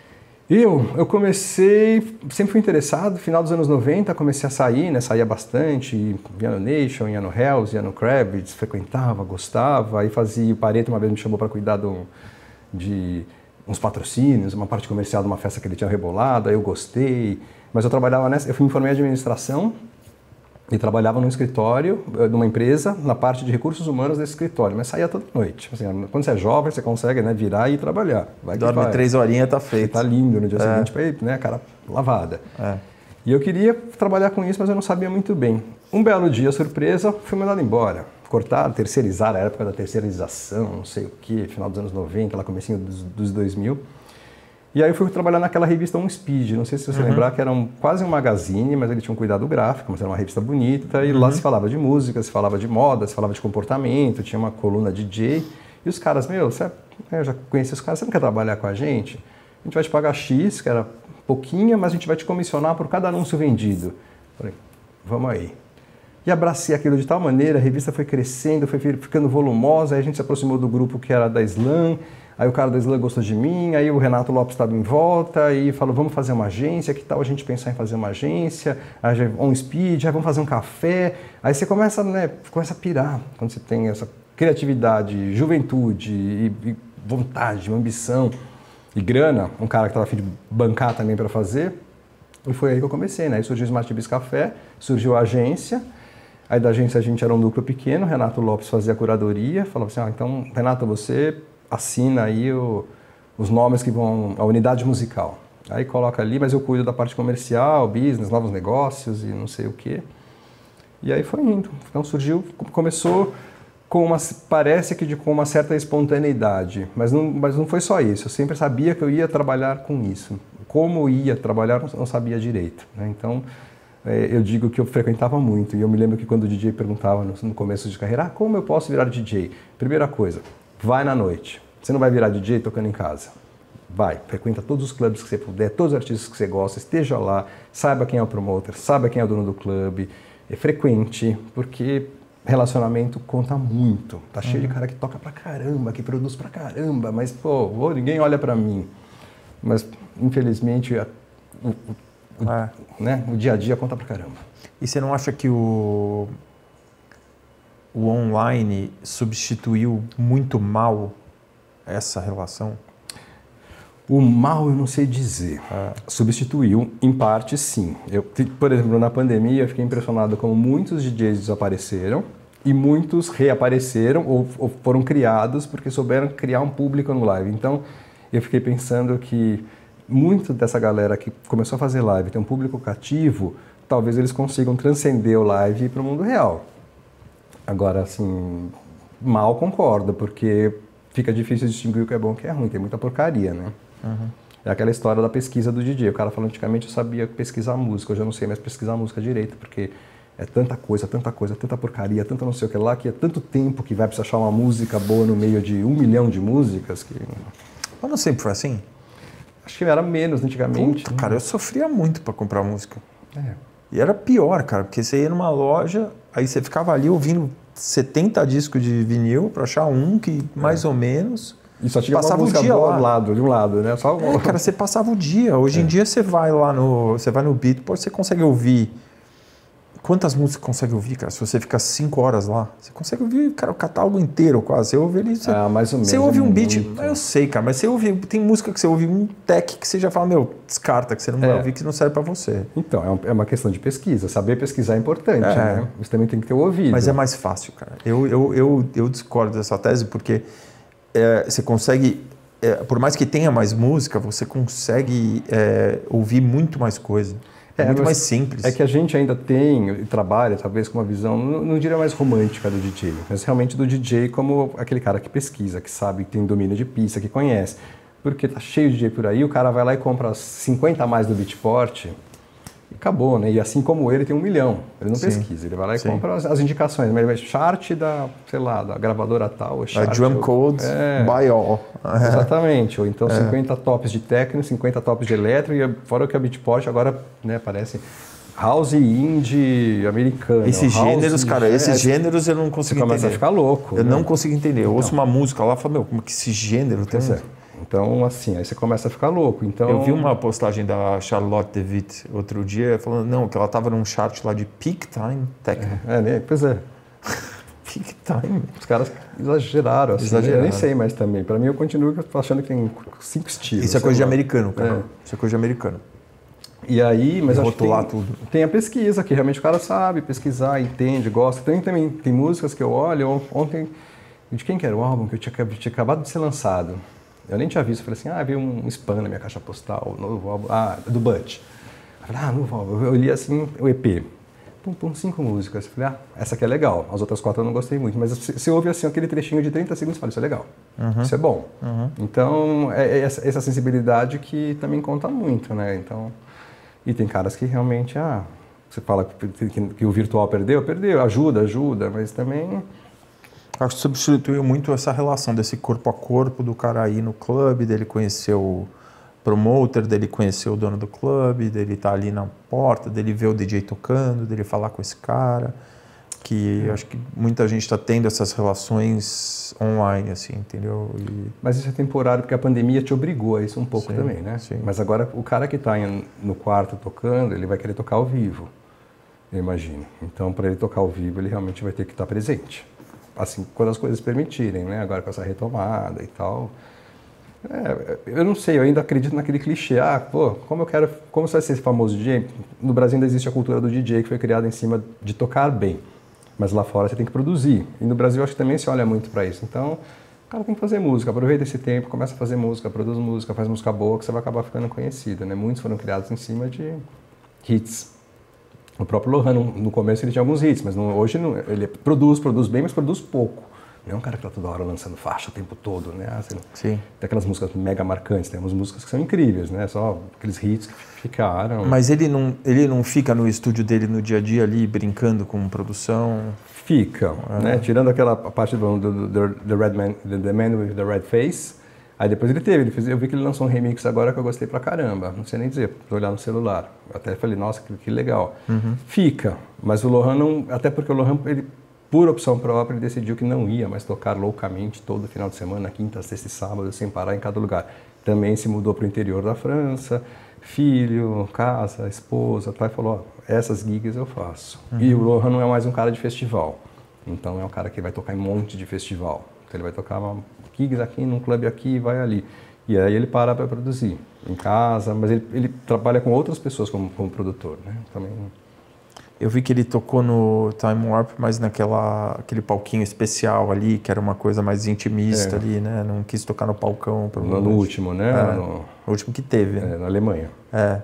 Eu, eu comecei, sempre fui interessado, final dos anos noventa, comecei a sair, né, saía bastante, ia no Nation, ia no Hells, ia no Kravitz, frequentava, gostava, aí fazia, o Pareto uma vez me chamou para cuidar do, de, uns patrocínios, uma parte comercial de uma festa que ele tinha rebolado, aí eu gostei. Mas eu trabalhava nessa, eu me formei em administração e trabalhava num escritório, numa empresa, na parte de recursos humanos desse escritório, mas saía toda noite. Assim, quando você é jovem, você consegue, né, virar e ir trabalhar. Vai Dorme vai. três horinhas, tá feito. Tá lindo no dia é. seguinte, pra ir, né, cara lavada. É. E eu queria trabalhar com isso, mas eu não sabia muito bem. Um belo dia, surpresa, fui mandado embora. Cortar, terceirizar, a época da terceirização, não sei o quê, final dos anos noventa, lá comecinho dos, dos dois mil. E aí eu fui trabalhar naquela revista Um Speed, não sei se você uhum. lembrar, que era um, quase um magazine, mas ele tinha um cuidado gráfico, mas era uma revista bonita, e uhum. lá se falava de música, se falava de moda, se falava de comportamento, tinha uma coluna D J, e os caras, meu, você, eu já conheci os caras, você não quer trabalhar com a gente? A gente vai te pagar X, que era pouquinha, mas a gente vai te comissionar por cada anúncio vendido. Falei, vamos aí. E abracei aquilo de tal maneira, a revista foi crescendo, foi ficando volumosa, aí a gente se aproximou do grupo que era da Slam, aí o cara da Slam gostou de mim, aí o Renato Lopes estava em volta e falou, vamos fazer uma agência, que tal a gente pensar em fazer uma agência, aí On Speed, aí vamos fazer um café, aí você começa, né, começa a pirar, quando você tem essa criatividade, juventude e, e vontade, ambição e grana, um cara que estava a fim de bancar também para fazer, e foi aí que eu comecei, né, aí surgiu o Smart Biz Café, surgiu a agência. Aí da agência a gente era um núcleo pequeno, Renato Lopes fazia a curadoria, falava assim, ah, então Renato, você assina aí o, os nomes que vão, a unidade musical. Aí coloca ali, mas eu cuido da parte comercial, business, novos negócios e não sei o quê. E aí foi indo. Então surgiu, começou com uma, parece que de, com uma certa espontaneidade, mas não, mas não foi só isso, eu sempre sabia que eu ia trabalhar com isso. Como ia trabalhar, não sabia direito, né? Então, eu digo que eu frequentava muito, e eu me lembro que quando o D J perguntava no começo de carreira, ah, como eu posso virar D J? Primeira coisa, vai na noite. Você não vai virar D J tocando em casa. Vai, frequenta todos os clubes que você puder, todos os artistas que você gosta, esteja lá, saiba quem é o promoter, saiba quem é o dono do clube, é frequente, porque relacionamento conta muito. Tá cheio uhum. de cara que toca pra caramba, que produz pra caramba, mas, pô, ninguém olha pra mim. Mas, infelizmente, o, o É. Né? O dia a dia conta pra caramba. E você não acha que o, o online substituiu muito mal essa relação? O mal eu não sei dizer. É. Substituiu, em parte, sim. Eu, por exemplo, na pandemia eu fiquei impressionado como muitos D Js desapareceram e muitos reapareceram ou, ou foram criados porque souberam criar um público no live. Então, eu fiquei pensando que muito dessa galera que começou a fazer live, tem um público cativo, talvez eles consigam transcender o live para o mundo real. Agora, assim, mal concordo, porque fica difícil distinguir o que é bom e o que é ruim, tem muita porcaria, né? Uhum. É aquela história da pesquisa do D J. O cara falou, antigamente eu sabia pesquisar música, hoje eu não sei mais pesquisar música direito, porque é tanta coisa, tanta coisa, tanta porcaria, tanta não sei o que lá, que é tanto tempo que vai precisar achar uma música boa no meio de um milhão de músicas que... Mas não sempre foi assim? Acho que era menos antigamente. Puta, cara, eu sofria muito para comprar música. É. E era pior, cara, porque você ia numa loja, aí você ficava ali ouvindo setenta discos de vinil para achar um que mais é. ou menos... E só tinha passava uma música o dia boa lá. Do lado, de um lado, né? Só... É, cara, você passava o dia. Hoje é. em dia você vai lá no... Você vai no Beatport, você consegue ouvir... Quantas músicas você consegue ouvir, cara? Se você ficar cinco horas lá, você consegue ouvir, cara, o catálogo inteiro quase. Você ouve ali... Você, ah, mais ou menos. Você ouve um beat... Muito. Eu sei, cara, mas você ouve... Tem música que você ouve um tech que você já fala, meu, descarta, que você não vai é. ouvir, que não serve pra você. Então, é uma questão de pesquisa. Saber pesquisar é importante, é. né? Você também tem que ter o ouvido. Mas é mais fácil, cara. Eu, eu, eu, eu discordo dessa tese porque é, você consegue... É, por mais que tenha mais música, você consegue é, ouvir muito mais coisa. É, é muito mais simples. É que a gente ainda tem e trabalha, talvez, com uma visão, não, não diria mais romântica do D J, mas realmente do D J como aquele cara que pesquisa, que sabe, que tem domínio de pista, que conhece. Porque tá cheio de D J por aí, o cara vai lá e compra cinquenta a mais do Beatport e acabou, né? E assim como ele, tem um milhão. Ele não Sim. pesquisa, ele vai lá e Sim. compra as, as indicações. Mas ele vai chart da, sei lá, da gravadora tal. Chart, a drum code, é, buy all. Exatamente. Ou então é. cinquenta tops de techno, cinquenta tops de eletro, e fora que a Beatport agora, né, parece house indie americano. Esses house, gêneros, cara, é, esses gêneros eu não consigo você entender. Começa a ficar louco. Eu né? não consigo entender. Eu então. ouço uma música lá e falo, meu, como que esse gênero tem... É. Então, assim, aí você começa a ficar louco. Então... Eu vi uma postagem da Charlotte DeWitt outro dia, falando, não, que ela estava num chart lá de peak time techno. É, é né? Pois é. Big time. Os caras exageraram, assim. Exageraram. Eu nem sei mais também. Pra mim, eu continuo achando que tem cinco estilos. Isso é coisa de lá. americano, cara. É. Isso é coisa de americano. E aí, mas E acho que tem, rotular tudo. tem a pesquisa, que realmente o cara sabe pesquisar, entende, gosta. Tem também tem músicas que eu olho. Ontem, de quem que era o álbum que eu tinha, tinha acabado de ser lançado? Eu nem tinha visto. Eu falei assim, ah, veio um spam na minha caixa postal, novo álbum, ah, do Butch. Eu falei, ah, novo álbum. Eu li assim, o E P. Pum, pum, cinco músicas. Eu falei, ah, essa aqui é legal. As outras quatro eu não gostei muito. Mas você ouve assim, aquele trechinho de trinta segundos e fala, isso é legal. Uhum. Isso é bom. Uhum. Então, é essa, essa sensibilidade que também conta muito, né? Então, e tem caras que realmente, ah, você fala que, que, que o virtual perdeu, perdeu, ajuda, ajuda, mas também... Acho que substituiu muito essa relação desse corpo a corpo, do cara ir no clube, dele conhecer o promoter, dele conhecer o dono do clube, dele estar ali na porta, dele ver o D J tocando, dele falar com esse cara, que eu acho que muita gente está tendo essas relações online, assim, entendeu? E... Mas isso é temporário, porque a pandemia te obrigou a isso um pouco sim, também, né? Sim. Mas agora o cara que está no quarto tocando, ele vai querer tocar ao vivo, eu imagino. Então, para ele tocar ao vivo, ele realmente vai ter que estar presente. Assim, quando as coisas permitirem, né? Agora com essa retomada e tal. É, eu não sei, eu ainda acredito naquele clichê. Ah, pô, como eu quero... Como você vai ser esse famoso D J? No Brasil ainda existe a cultura do D J que foi criada em cima de tocar bem. Mas lá fora você tem que produzir. E no Brasil acho que também se olha muito para isso. Então, o cara tem que fazer música. Aproveita esse tempo, começa a fazer música, produz música, faz música boa, que você vai acabar ficando conhecido, né? Muitos foram criados em cima de hits. O próprio Lohan, no começo ele tinha alguns hits, mas não, hoje não, ele produz, produz bem, mas produz pouco. Não é um cara que está toda hora lançando faixa o tempo todo, né? Assim, sim. Tem aquelas músicas mega marcantes, tem umas músicas que são incríveis, né? Só aqueles hits que ficaram. Mas ele não, ele não fica no estúdio dele no dia a dia ali, brincando com produção? Fica, ah. né? Tirando aquela parte do, do, do the, Red Man, the, the Man with the Red Face. Aí depois ele teve, ele fez, eu vi que ele lançou um remix agora que eu gostei pra caramba. Não sei nem dizer, pra olhar no celular. Eu até falei, nossa, que, que legal. Uhum. Fica, mas o Lohan não... Até porque o Lohan, ele, por opção própria, ele decidiu que não ia mais tocar loucamente todo final de semana, quinta, sexta e sábado, sem parar em cada lugar. Também se mudou pro interior da França, filho, casa, esposa, tá, e falou, ó, essas gigs eu faço. Uhum. E o Lohan não é mais um cara de festival. Então é um cara que vai tocar em um monte de festival. Então ele vai tocar uma... gigs aqui, num clube aqui, vai ali. E aí ele para para produzir em casa, mas ele, ele trabalha com outras pessoas como, como produtor, né? Também. Eu vi que ele tocou no Time Warp, mas naquela aquele palquinho especial ali, que era uma coisa mais intimista é. ali, né? Não quis tocar no palcão. No, no último, né? É, no... no último que teve. É, na Alemanha. É.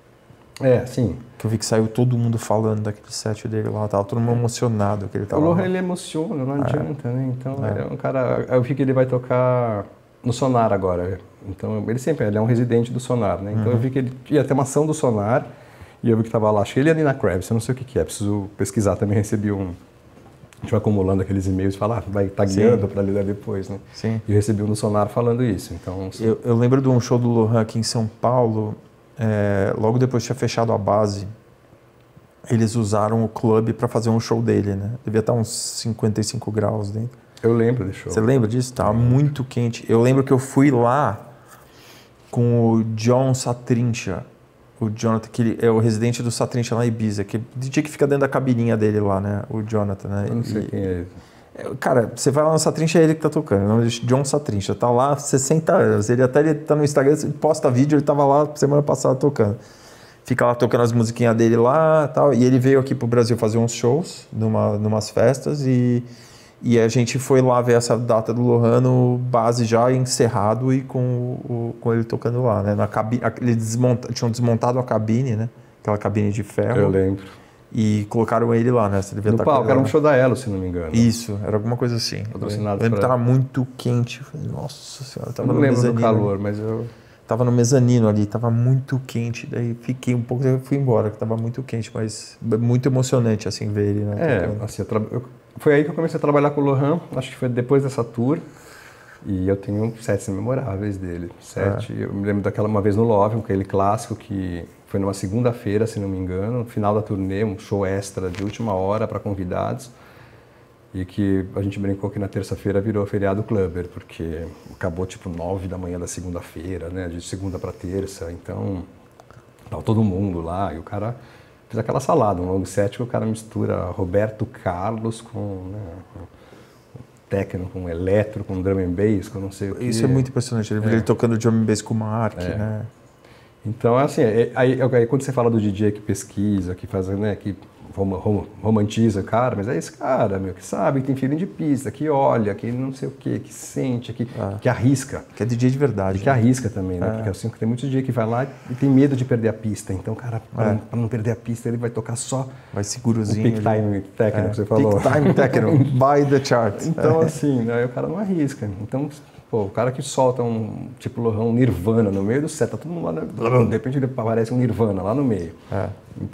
É, sim. Que eu vi que saiu todo mundo falando daquele set dele lá, tava todo mundo emocionado que ele tava. O Lohan, lá. ele emociona, não adianta, é. né? Então, é. ele é um cara... Eu vi que ele vai tocar no Sonar agora. Então, ele sempre ele é um residente do Sonar, né? Então, uhum. eu vi que ele ia ter uma ação do Sonar e eu vi que tava lá. Acho que ele e a Nina Kravitz, eu não sei o que que é, preciso pesquisar. Também recebi um... A gente vai acumulando aqueles e-mails e fala, ah, vai estar guiando para ler depois, né? Sim. E eu recebi um do Sonar falando isso, então... Eu, eu lembro de um show do Lohan aqui em São Paulo, é, logo depois tinha fechado a base, eles usaram o clube para fazer um show dele, né? Devia estar uns cinquenta e cinco graus dentro. Eu lembro do show. Você lembra disso? Tava muito quente. Eu lembro que eu fui lá com o John Satrincha, o Jonathan, que ele é o residente do Satrincha lá em Ibiza, que D J que fica dentro da cabininha dele lá, né? O Jonathan, né? Eu não sei e, quem é ele. Cara, você vai lá no Satrincha, é ele que tá tocando. O nome dele é John Satrincha. Tá lá há sessenta anos. Ele até ele tá no Instagram, posta vídeo, ele tava lá semana passada tocando. Fica lá tocando as musiquinhas dele lá e tal. E ele veio aqui pro Brasil fazer uns shows, numa, numas festas, e, e a gente foi lá ver essa data do Lohan no base já encerrado e com, o, com ele tocando lá, né? Na cabine, eles desmonta, tinham desmontado a cabine, né? Aquela cabine de ferro. Eu lembro. E colocaram ele lá, né? Você devia no palco, era um show da Elo, se não me engano. Isso, era alguma coisa assim. Patrocinado. Eu lembro que tava muito quente. Falei, nossa senhora, tava eu não no lembro mezanino. do calor, mas eu... Tava no mezanino ali, tava muito quente. Daí fiquei um pouco, eu fui embora, que tava muito quente, mas muito emocionante, assim, ver ele, né? É, assim, eu tra... eu... foi aí que eu comecei a trabalhar com o Lohan, acho que foi depois dessa tour. E eu tenho sets memoráveis dele. Sete, é. Eu me lembro daquela uma vez no Love, aquele clássico que foi numa segunda-feira, se não me engano, no final da turnê, um show extra de última hora para convidados. E que a gente brincou que na terça-feira virou feriado Clubber, porque acabou tipo nove da manhã da segunda-feira, né? De segunda para terça, então tava todo mundo lá e o cara fiz aquela salada, um long set que o cara mistura Roberto Carlos com, né, com techno, com eletro, com drum and bass, com não sei o que. Isso é muito impressionante, ele, é. ele tocando drum and bass com o Mark, é. né? Então, assim, aí, aí quando você fala do D J que pesquisa, que faz, né, que rom, rom, romantiza o cara, mas é esse cara, meu, que sabe, que tem feeling de pista, que olha, que não sei o quê, que sente, que, é. que arrisca. Que é D J de verdade. E que né? arrisca também, né? É. Porque assim, tem muito D J que vai lá e tem medo de perder a pista. Então, cara, para é. não, não perder a pista, ele vai tocar só vai segurozinho. O peak time técnico é. que você falou. Peak time técnico, by the chart. Então, assim, né, o cara não arrisca. Então, pô, o cara que solta um, tipo, um Nirvana no meio do set, tá todo mundo lá, né? De repente ele aparece um Nirvana lá no meio. É.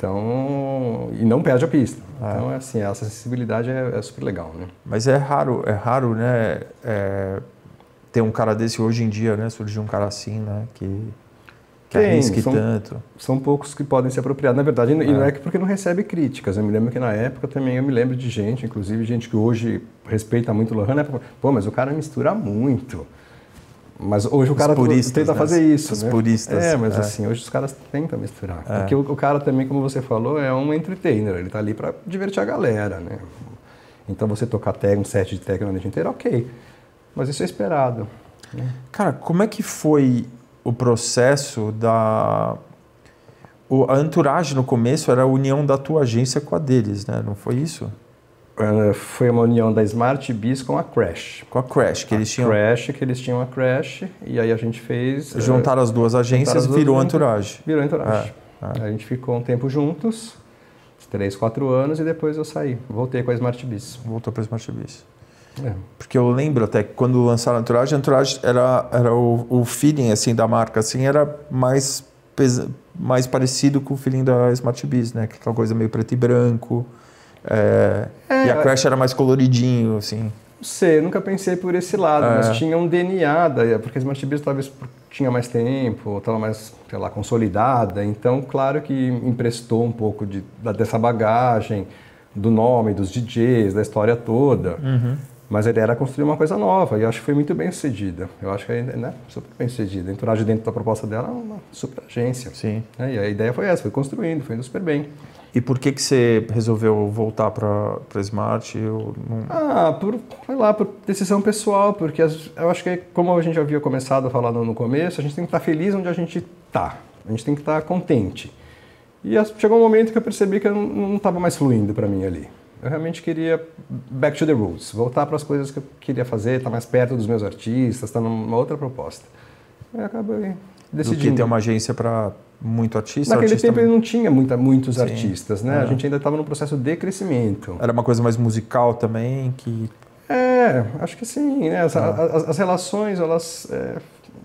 Então, e não perde a pista. É. Então, é assim, essa sensibilidade é, é super legal, né? Mas é raro, é raro, né, é, ter um cara desse hoje em dia, né? Surgir um cara assim, né, que, que Tem, arrisque são, tanto. São poucos que podem se apropriar. Na verdade, é. e não é porque não recebe críticas. Eu me lembro que na época também, eu me lembro de gente, inclusive gente que hoje respeita muito o Lohan, né? Pô, mas o cara mistura muito. Mas hoje o cara tenta né? fazer isso, os né? puristas. É, mas é. assim, hoje os caras tentam misturar. É. Porque o, o cara também, como você falou, é um entertainer, ele tá ali para divertir a galera, né? Então você tocar tag, um set de techno a noite inteira, ok. Mas isso é esperado. Né? Cara, como é que foi o processo da... O, a Entourage no começo era a união da tua agência com a deles, né? Não foi isso? Uh, foi uma união da Smart Biz com a Crash. Com a Crash, que a eles tinham... Crash, que eles tinham a Crash, e aí a gente fez... Juntaram uh, as duas agências e virou Entourage. Virou Entourage. É, é. A gente ficou um tempo juntos, três, quatro anos, e depois eu saí. Voltei com a Smart Biz. Voltou para a Smart Biz. É. Porque eu lembro até que quando lançaram a Entourage, a Entourage era, era o, o feeling assim, da marca, assim, era mais, pesa, mais parecido com o feeling da Smart Biz, né? Aquela coisa meio preto e branco. É, é, e a Crash era mais coloridinho, assim. Não sei, eu nunca pensei por esse lado, é. mas tinha um D N A, da, porque a Smart Biz talvez tinha mais tempo, estava mais, sei lá, consolidada, então claro que emprestou um pouco de, dessa bagagem, do nome, dos D Js, da história toda, uhum. mas a ideia era construir uma coisa nova, e eu acho que foi muito bem sucedida, eu acho que é né, super bem sucedida, a Entourage dentro da proposta dela é uma super agência. Sim. É, e a ideia foi essa, foi construindo, foi indo super bem. E por que que você resolveu voltar para a Smart? Eu não... Ah, por, sei lá, por decisão pessoal, porque as, eu acho que como a gente já havia começado a falar no, no começo, a gente tem que estar feliz onde a gente está, a gente tem que estar contente. E as, chegou um momento que eu percebi que eu não estava mais fluindo para mim ali. Eu realmente queria back to the roots, voltar para as coisas que eu queria fazer, estar mais perto dos meus artistas, estar numa outra proposta. Aí eu acabei decidindo. Do que ter uma agência para muito artista? Naquele artista... tempo ele não tinha muita, muitos Sim. artistas, né? É. A gente ainda estava num processo de crescimento. Era uma coisa mais musical também? Que... É, acho que sim. Né? As, ah. as, as relações, elas, é,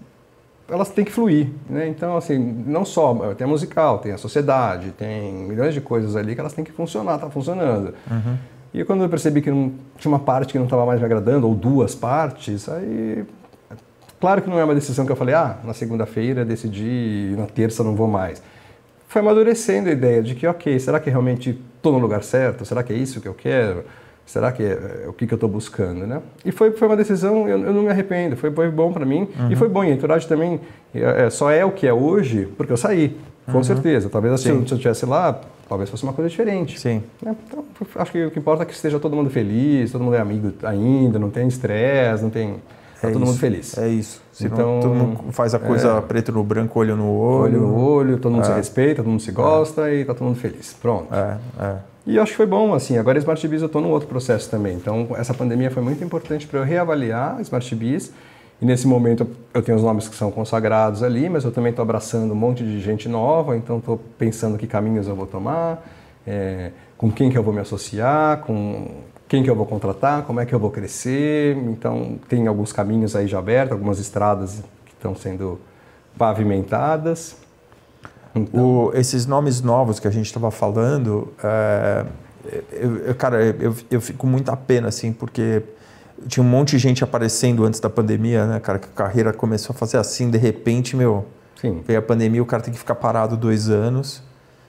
elas têm que fluir. Né? Então, assim, não só tem a musical, tem a sociedade, tem milhões de coisas ali que elas têm que funcionar, tá funcionando. Uhum. E quando eu percebi que não, tinha uma parte que não estava mais me agradando, ou duas partes, aí... Claro que não é uma decisão que eu falei, ah, na segunda-feira decidi, na terça não vou mais. Foi amadurecendo a ideia de que, ok, será que realmente estou no lugar certo? Será que é isso que eu quero? Será que é, é o que, que eu estou buscando, né? E foi, foi uma decisão, eu, eu não me arrependo, foi, foi bom para mim. Uhum. E foi bom, e a Entourage também é, só é o que é hoje porque eu saí, com uhum. certeza. Talvez se eu, se eu estivesse lá, talvez fosse uma coisa diferente. Sim. Né? Então, acho que o que importa é que esteja todo mundo feliz, todo mundo é amigo ainda, não tem estresse, não tem... Tá é todo isso, mundo feliz. É isso. Senão, então, todo mundo faz a coisa é, preto no branco, olho no olho. Olho no olho, todo mundo é. se respeita, todo mundo se gosta é. e tá todo mundo feliz. Pronto. É, é. E eu acho que foi bom, assim. Agora a Smart Biz eu estou num outro processo também. Então, essa pandemia foi muito importante para eu reavaliar a Smart Biz. E nesse momento eu tenho os nomes que são consagrados ali, mas eu também estou abraçando um monte de gente nova, então estou pensando que caminhos eu vou tomar, é, com quem que eu vou me associar, com... quem que eu vou contratar, como é que eu vou crescer. Então, tem alguns caminhos aí já abertos, algumas estradas que estão sendo pavimentadas. Então... O, esses nomes novos que a gente estava falando, é, eu, eu, cara, eu, eu fico com muita pena, assim, porque tinha um monte de gente aparecendo antes da pandemia, né, cara, que a carreira começou a fazer assim, de repente, meu, Sim. veio a pandemia, o cara tem que ficar parado dois anos.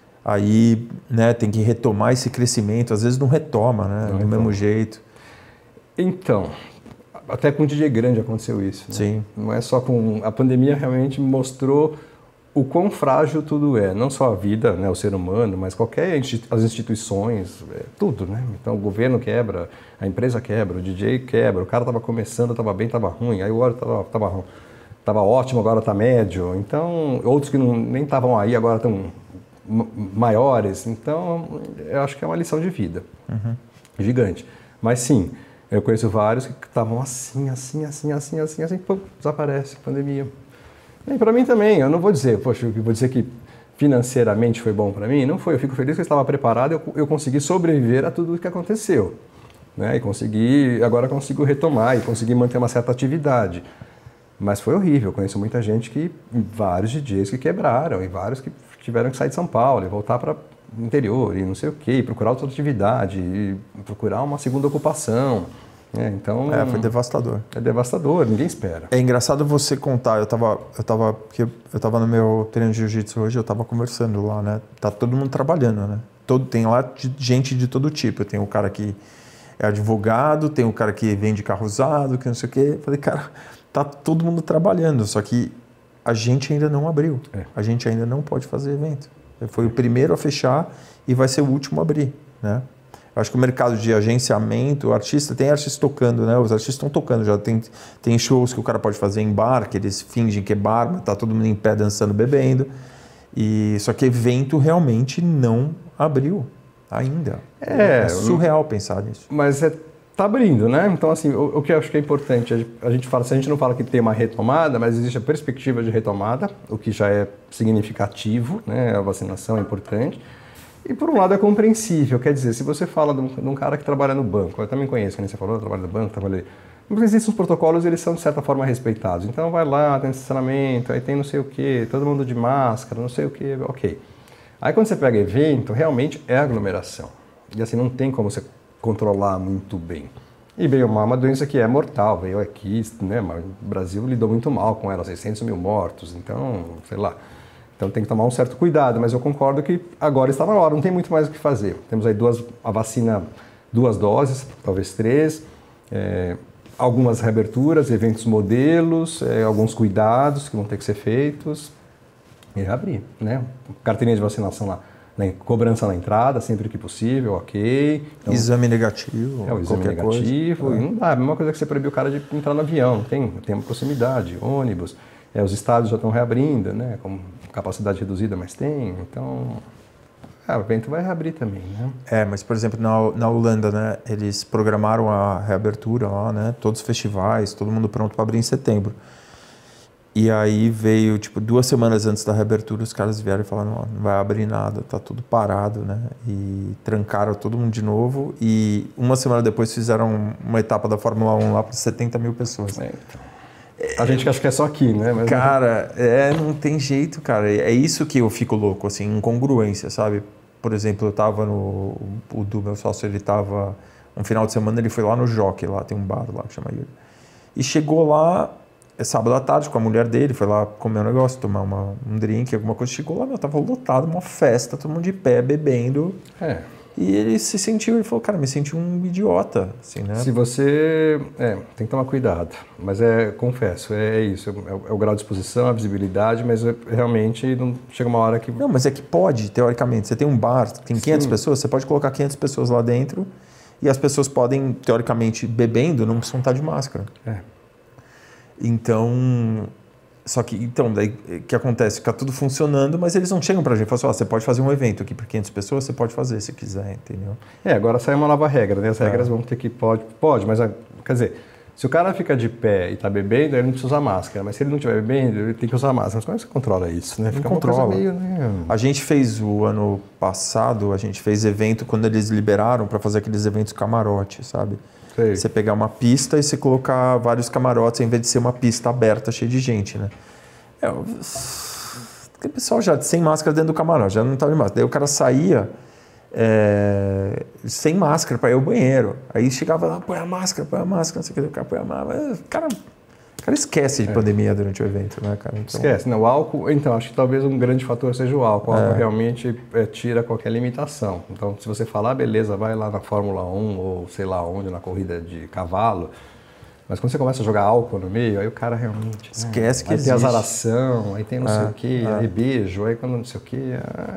Aí, né, tem que retomar esse crescimento, às vezes não retoma, né, não do retoma. mesmo jeito. Então, até com o D J grande aconteceu isso. Né? Sim. Não é só com... A pandemia realmente mostrou o quão frágil tudo é, não só a vida, né, o ser humano, mas qualquer as instituições, é, tudo, né? Então o governo quebra, a empresa quebra, o D J quebra, o cara estava começando, estava bem, estava ruim, aí o outro estava tava ruim, estava ótimo, agora está médio, então outros que não, nem estavam aí agora estão maiores, então eu acho que é uma lição de vida, uhum. gigante. Mas sim, eu conheço vários que estavam assim, assim, assim, assim, assim, assim, pum, desaparece, pandemia. E para mim também, eu não vou dizer, poxa, eu vou dizer que financeiramente foi bom para mim, não foi, eu fico feliz que eu estava preparado, eu, eu consegui sobreviver a tudo o que aconteceu, né, e consegui, agora consigo retomar e consegui manter uma certa atividade, mas foi horrível, eu conheço muita gente que, vários D Js que quebraram, e vários que tiveram que sair de São Paulo e voltar para o interior, e não sei o quê, e procurar outra atividade, e procurar uma segunda ocupação. É, então, é, foi devastador. É devastador, ninguém espera. É engraçado você contar, eu tava, eu tava, porque eu tava no meu treino de jiu-jitsu hoje, eu tava conversando lá, né? Tá todo mundo trabalhando, né? Todo, tem lá de, gente de todo tipo. Tem o cara que é advogado, tem o cara que vende carro usado, que não sei o quê. Eu falei, cara, tá todo mundo trabalhando, só que a gente ainda não abriu. É. A gente ainda não pode fazer evento. Foi o primeiro a fechar e vai ser o último a abrir, né? Eu acho que o mercado de agenciamento, o artista, tem artistas tocando, né? Os artistas estão tocando já. Tem, tem shows que o cara pode fazer em bar, que eles fingem que é bar, mas tá todo mundo em pé dançando, bebendo. E, só que evento realmente não abriu ainda. É, é surreal pensar nisso. Mas é, tá abrindo, né? Então, assim, o, o que eu acho que é importante, a gente fala, se a gente não fala que tem uma retomada, mas existe a perspectiva de retomada, o que já é significativo, né? A vacinação é importante. E por um lado é compreensível, quer dizer, se você fala de um, de um cara que trabalha no banco, eu também conheço, que nem você falou, eu trabalho no banco, trabalhei. Mas existem os protocolos, eles são de certa forma respeitados. Então vai lá, tem estacionamento, aí tem não sei o quê, todo mundo de máscara, não sei o quê, ok. Aí quando você pega evento, realmente é aglomeração. E assim, não tem como você controlar muito bem. E bem ou mal, uma doença que é mortal, veio aqui, né, mas o Brasil lidou muito mal com ela, seiscentos mil mortos, então, sei lá. Então tem que tomar um certo cuidado, mas eu concordo que agora está na hora, não tem muito mais o que fazer. Temos aí duas, a vacina, duas doses, talvez três, é, algumas reaberturas, eventos modelos, é, alguns cuidados que vão ter que ser feitos e reabrir, né? Carteirinha de vacinação lá, né? Cobrança na entrada, sempre que possível, ok. Então, exame negativo, é o exame negativo, coisa. E não dá, a mesma coisa que você proibir o cara de entrar no avião, não tem, tem uma proximidade, ônibus. É, os estados já estão reabrindo, né, com capacidade reduzida, mas tem, então é, o evento vai reabrir também, né? É, mas por exemplo, na, na Holanda, né, eles programaram a reabertura lá, né, todos os festivais, todo mundo pronto para abrir em setembro. E aí veio, tipo, duas semanas antes da reabertura, os caras vieram e falaram, ó, não vai abrir nada, tá tudo parado, né, e trancaram todo mundo de novo, e uma semana depois fizeram uma etapa da Fórmula um lá para setenta mil pessoas. É, então. A gente acha que é só aqui, né? Mas cara, não... é, não tem jeito, cara. É isso que eu fico louco, assim, incongruência, sabe? Por exemplo, eu tava no... O do meu sócio, ele tava... Um final de semana, ele foi lá no Jockey, lá tem um bar lá que chama Yuri. E chegou lá, é sábado à tarde, com a mulher dele, foi lá comer um negócio, tomar uma, um drink, alguma coisa. Chegou lá, meu, tava lotado, uma festa, todo mundo de pé, bebendo. É. E ele se sentiu, ele falou, cara, me senti um idiota, assim, né? Se você... É, tem que tomar cuidado. Mas é, confesso, é, é isso. É o, é o grau de exposição, a visibilidade, mas é, realmente não chega uma hora que... Não, mas é que pode, teoricamente. Você tem um bar, tem quinhentas Sim. pessoas, você pode colocar quinhentas pessoas lá dentro e as pessoas podem, teoricamente, bebendo, não precisam estar de máscara. É. Então... Só que, então, daí o que acontece? Fica tudo funcionando, mas eles não chegam pra gente e falam assim, ó, você pode fazer um evento aqui por quinhentas pessoas, você pode fazer se quiser, entendeu? É, agora sai uma nova regra, né? As regras é. vão ter que, pode, pode, mas, quer dizer, se o cara fica de pé e tá bebendo, ele não precisa usar máscara, mas se ele não estiver bebendo, ele tem que usar máscara. Mas como é que você controla isso, né? Fica não controla. Meio, né? A gente fez, o ano passado, a gente fez evento quando eles liberaram pra fazer aqueles eventos camarote, sabe? Sei. Você pegar uma pista e você colocar vários camarotes, em vez de ser uma pista aberta, cheia de gente, né? É, o pessoal já sem máscara dentro do camarote, já não estava de máscara. Daí o cara saía é, sem máscara para ir ao banheiro. Aí chegava lá, põe a máscara, põe a máscara, não sei o que, o cara põe a máscara. O cara, o cara esquece de é. pandemia durante o evento, né, cara? Então... Esquece, né? O álcool, então, acho que talvez um grande fator seja o álcool. O álcool é. realmente é, tira qualquer limitação. Então, se você falar, beleza, vai lá na Fórmula um ou sei lá onde, na corrida de cavalo, Mas quando você começa a jogar álcool no meio, aí o cara realmente... Esquece né? que aí existe. Aí tem azaração, aí tem não é, sei o quê, é. aí beijo, aí quando não sei o quê,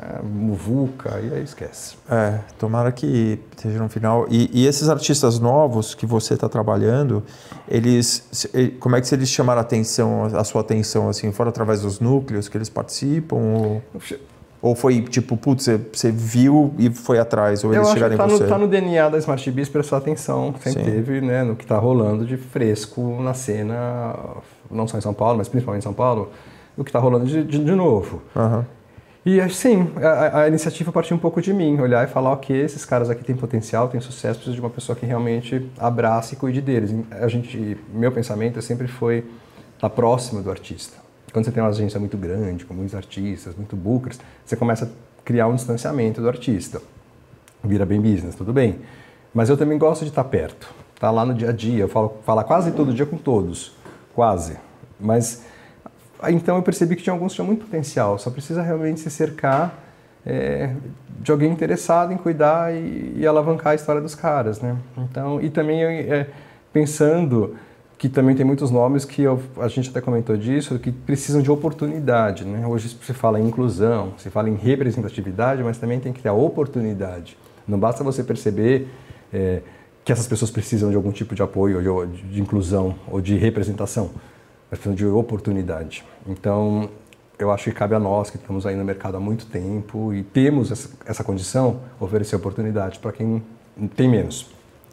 muvuca, e aí esquece. É, tomara que esteja no final. E, e esses artistas novos que você está trabalhando, eles, como é que eles chamaram a atenção, a sua atenção, assim, foram através dos núcleos que eles participam? Ou... Ou foi tipo, putz, você, você viu e foi atrás, ou eles chegaram em tá você? No, tá no D N A da Smart Biz prestar atenção, sempre Sim. teve, né, no que está rolando de fresco na cena, não só em São Paulo, mas principalmente em São Paulo, no que está rolando de, de, de novo. Uhum. E sim, a, a iniciativa partiu um pouco de mim, olhar e falar, ok, esses caras aqui têm potencial, têm sucesso, preciso de uma pessoa que realmente abrace e cuide deles. A gente, meu pensamento sempre foi estar próximo do artista. Quando você tem uma agência muito grande, com muitos artistas, muito bookers, você começa a criar um distanciamento do artista. Vira bem business, tudo bem. Mas eu também gosto de estar perto, estar lá no dia a dia. Eu falo, falo quase todo dia com todos, quase. Mas então eu percebi que tinha alguns que tinham muito potencial, só precisa realmente se cercar é, de alguém interessado em cuidar e, e alavancar a história dos caras, né? Então, e também é, pensando... que também tem muitos nomes que eu, a gente até comentou disso, que precisam de oportunidade, né? Hoje se fala em inclusão, se fala em representatividade, mas também tem que ter a oportunidade. Não basta você perceber é, que essas pessoas precisam de algum tipo de apoio, ou de, de inclusão ou de representação, mas precisam de oportunidade. Então, eu acho que cabe a nós, que estamos aí no mercado há muito tempo e temos essa, essa condição, oferecer oportunidade para quem tem menos.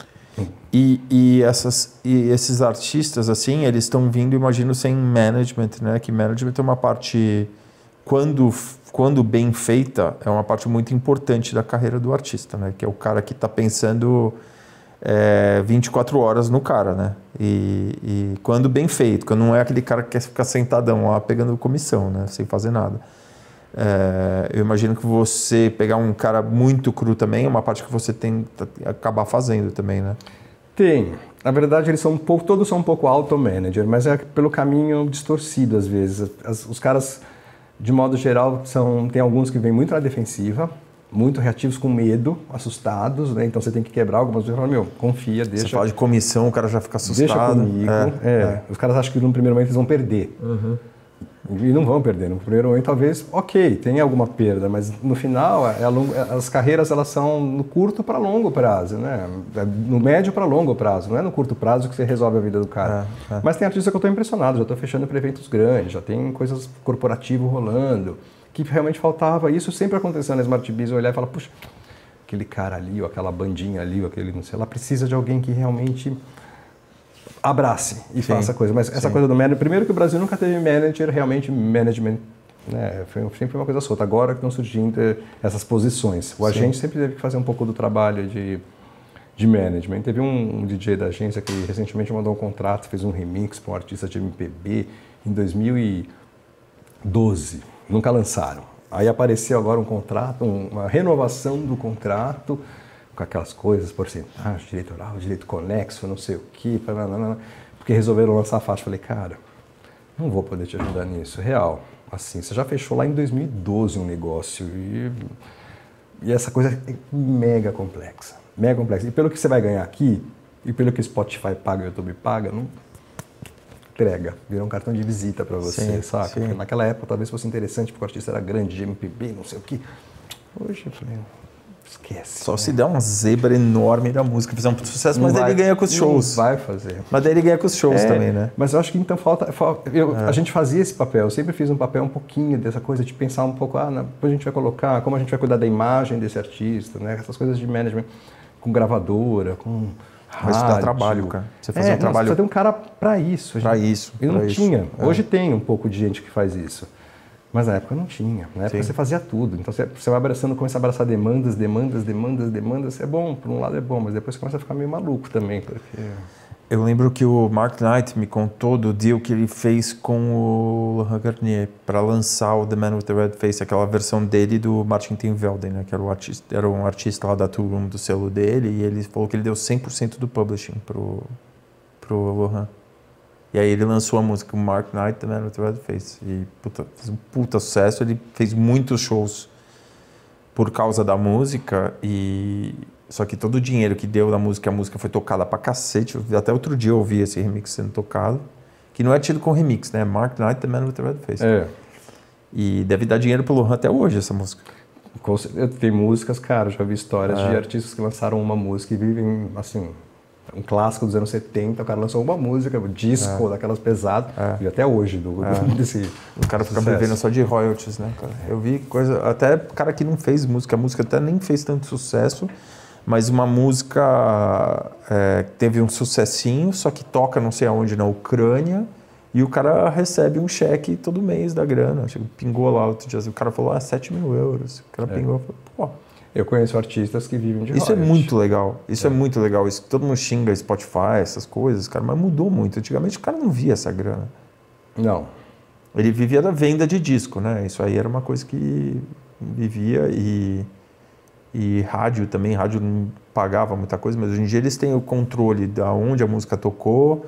E, e, essas, e esses artistas, assim, eles estão vindo, imagino, sem management, né? Que management é uma parte, quando, quando bem feita, é uma parte muito importante da carreira do artista, né? Que é o cara que está pensando é, vinte e quatro horas no cara, né? E, e quando bem feito, quando não é aquele cara que quer ficar sentadão lá pegando comissão, né? Sem fazer nada. É, eu imagino que você pegar um cara muito cru também é uma parte que você tem que acabar fazendo também, né? Tem. Na verdade, eles são um pouco, todos são um pouco auto-manager, mas é pelo caminho distorcido às vezes. As, os caras, de modo geral, são, tem alguns que vêm muito na defensiva, muito reativos, com medo, assustados, né? Então você tem que quebrar algumas vezes e falar, meu, confia, deixa... Você fala de comissão, o cara já fica assustado. Deixa comigo. É, é. É. Os caras acham que no primeiro momento eles vão perder. Uhum. E não vão perder. No primeiro momento, talvez, ok, tem alguma perda, mas no final, é longo, as carreiras elas são no curto para longo prazo, né? No médio para longo prazo, não é no curto prazo que você resolve a vida do cara. É, é. Mas tem artistas que eu estou impressionado, já estou fechando para eventos grandes, já tem coisas corporativas rolando, que realmente faltava. Isso sempre aconteceu na Smart Biz, eu olhar e falar, puxa, aquele cara ali, ou aquela bandinha ali, ou aquele não sei lá, precisa de alguém que realmente... abrace e sim, faça coisa. Mas essa sim. coisa do manager... Primeiro que o Brasil nunca teve manager, realmente management, né? Foi sempre uma coisa solta. Agora que estão surgindo essas posições. O sim. agente sempre teve que fazer um pouco do trabalho de, de management. Teve um, um D J da agência que recentemente mandou um contrato, fez um remix para um artista de M P B em dois mil e doze. Nunca lançaram. Aí apareceu agora um contrato, uma renovação do contrato, com aquelas coisas, porcentagem, direito oral, direito conexo, não sei o quê, porque resolveram lançar a faixa. Falei, cara, não vou poder te ajudar nisso, real. Assim, você já fechou lá em dois mil e doze um negócio e, e essa coisa é mega complexa, mega complexa. E pelo que você vai ganhar aqui, e pelo que Spotify paga e o YouTube paga, não entrega, vira um cartão de visita para você, sim, saca? Sim. Porque naquela época talvez fosse interessante, porque o artista era grande, de M P B, não sei o quê. Hoje eu falei... esquece. Só né? se der uma zebra enorme da música, fizer um sucesso, não mas vai, daí ele ganha com os shows. Não vai fazer. Mas daí ele ganha com os shows é, também, né? Mas eu acho que então falta... falta eu, é. A gente fazia esse papel, eu sempre fiz um papel um pouquinho dessa coisa de pensar um pouco, ah, na, depois a gente vai colocar, como a gente vai cuidar da imagem desse artista, né? Essas coisas de management, com gravadora, com rádio. Mas isso dá trabalho, cara. Você fazer é, um trabalho... Você tem um cara para isso. Para isso. Eu não isso. tinha. É. Hoje tem um pouco de gente que faz isso. Mas na época não tinha, na época Sim. você fazia tudo. Então você, você vai abraçando, começa a abraçar demandas, demandas, demandas, demandas. É bom, por um lado é bom, mas depois você começa a ficar meio maluco também. Porque... Eu lembro que o Mark Knight me contou do deal que ele fez com o Laurent Garnier para lançar o The Man with the Red Face, aquela versão dele do Martin Tim Velden, né? Que era, o artista, era um artista lá da Tool Room, do selo dele, e ele falou que ele deu cem por cento do publishing pro, pro Laurent. E aí ele lançou a música Mark Knight, The Man with the Red Face. E puta, fez um puta sucesso. Ele fez muitos shows por causa da música. E Só que todo o dinheiro que deu na música, a música foi tocada pra cacete. Até outro dia eu ouvi esse remix sendo tocado. Que não é tido com remix, né? Mark Knight, The Man with the Red Face. É. E deve dar dinheiro pro Lohan até hoje, essa música. Tem músicas, cara, eu já vi histórias É. de artistas que lançaram uma música e vivem, assim, um clássico dos anos setenta, o cara lançou uma música, um disco, É. daquelas pesadas, É. e até hoje, do, É. do, desse O cara fica sucesso. vivendo só de royalties, né, cara? Eu vi coisa... Até cara que não fez música, a música até nem fez tanto sucesso, mas uma música é, teve um sucessinho, só que toca não sei aonde, na Ucrânia, e o cara recebe um cheque todo mês da grana. Chegou, pingou lá outro dia, o cara falou, ah, sete mil euros. O cara É. pingou e falou, pô... Eu conheço artistas que vivem de Isso é royalties. muito legal, isso é. É. muito legal. Isso, todo mundo xinga Spotify, essas coisas, cara, mas mudou muito. Antigamente o cara não via essa grana. Não. Ele vivia da venda de disco, né? Isso aí era uma coisa que vivia e, e rádio também. Rádio não pagava muita coisa, mas hoje em dia eles têm o controle de onde a música tocou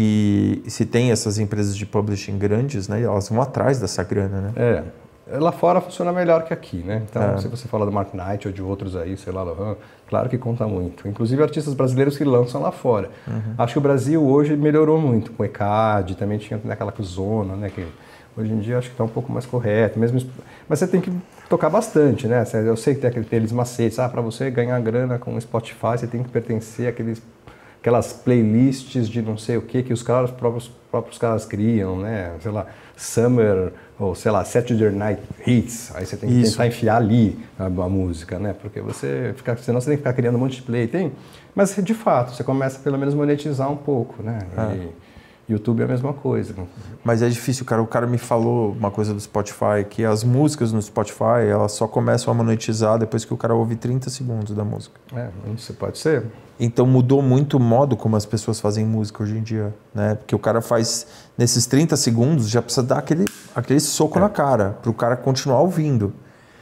e se tem essas empresas de publishing grandes, né? Elas vão atrás dessa grana, né? É. Lá fora funciona melhor que aqui, né? Então, É. se você fala do Mark Knight ou de outros aí, sei lá, Lohan, claro que conta muito. Inclusive artistas brasileiros que lançam lá fora. Uhum. Acho que o Brasil hoje melhorou muito com o ECAD, também tinha naquela zona, né? Que hoje em dia acho que está um pouco mais correto. Mesmo, mas você tem que tocar bastante, né? Eu sei que tem aqueles macetes, ah, para você ganhar grana com o Spotify, você tem que pertencer àqueles, aquelas playlists de não sei o que que os caras, os próprios, próprios caras criam, né? Sei lá, Summer, ou sei lá, Saturday Night Hits, aí você tem que Isso. tentar enfiar ali a, a música, né? Porque você fica, senão você tem que ficar criando um monte de play, tem? Mas de fato, você começa pelo menos monetizar um pouco, né? É. E YouTube é a mesma coisa. Mas é difícil, cara. O cara me falou uma coisa do Spotify, que as músicas no Spotify, elas só começam a monetizar depois que o cara ouve trinta segundos da música. É, não sei, pode ser. Então mudou muito o modo como as pessoas fazem música hoje em dia, né? Porque o cara faz, nesses trinta segundos, já precisa dar aquele, aquele soco É. na cara, para o cara continuar ouvindo.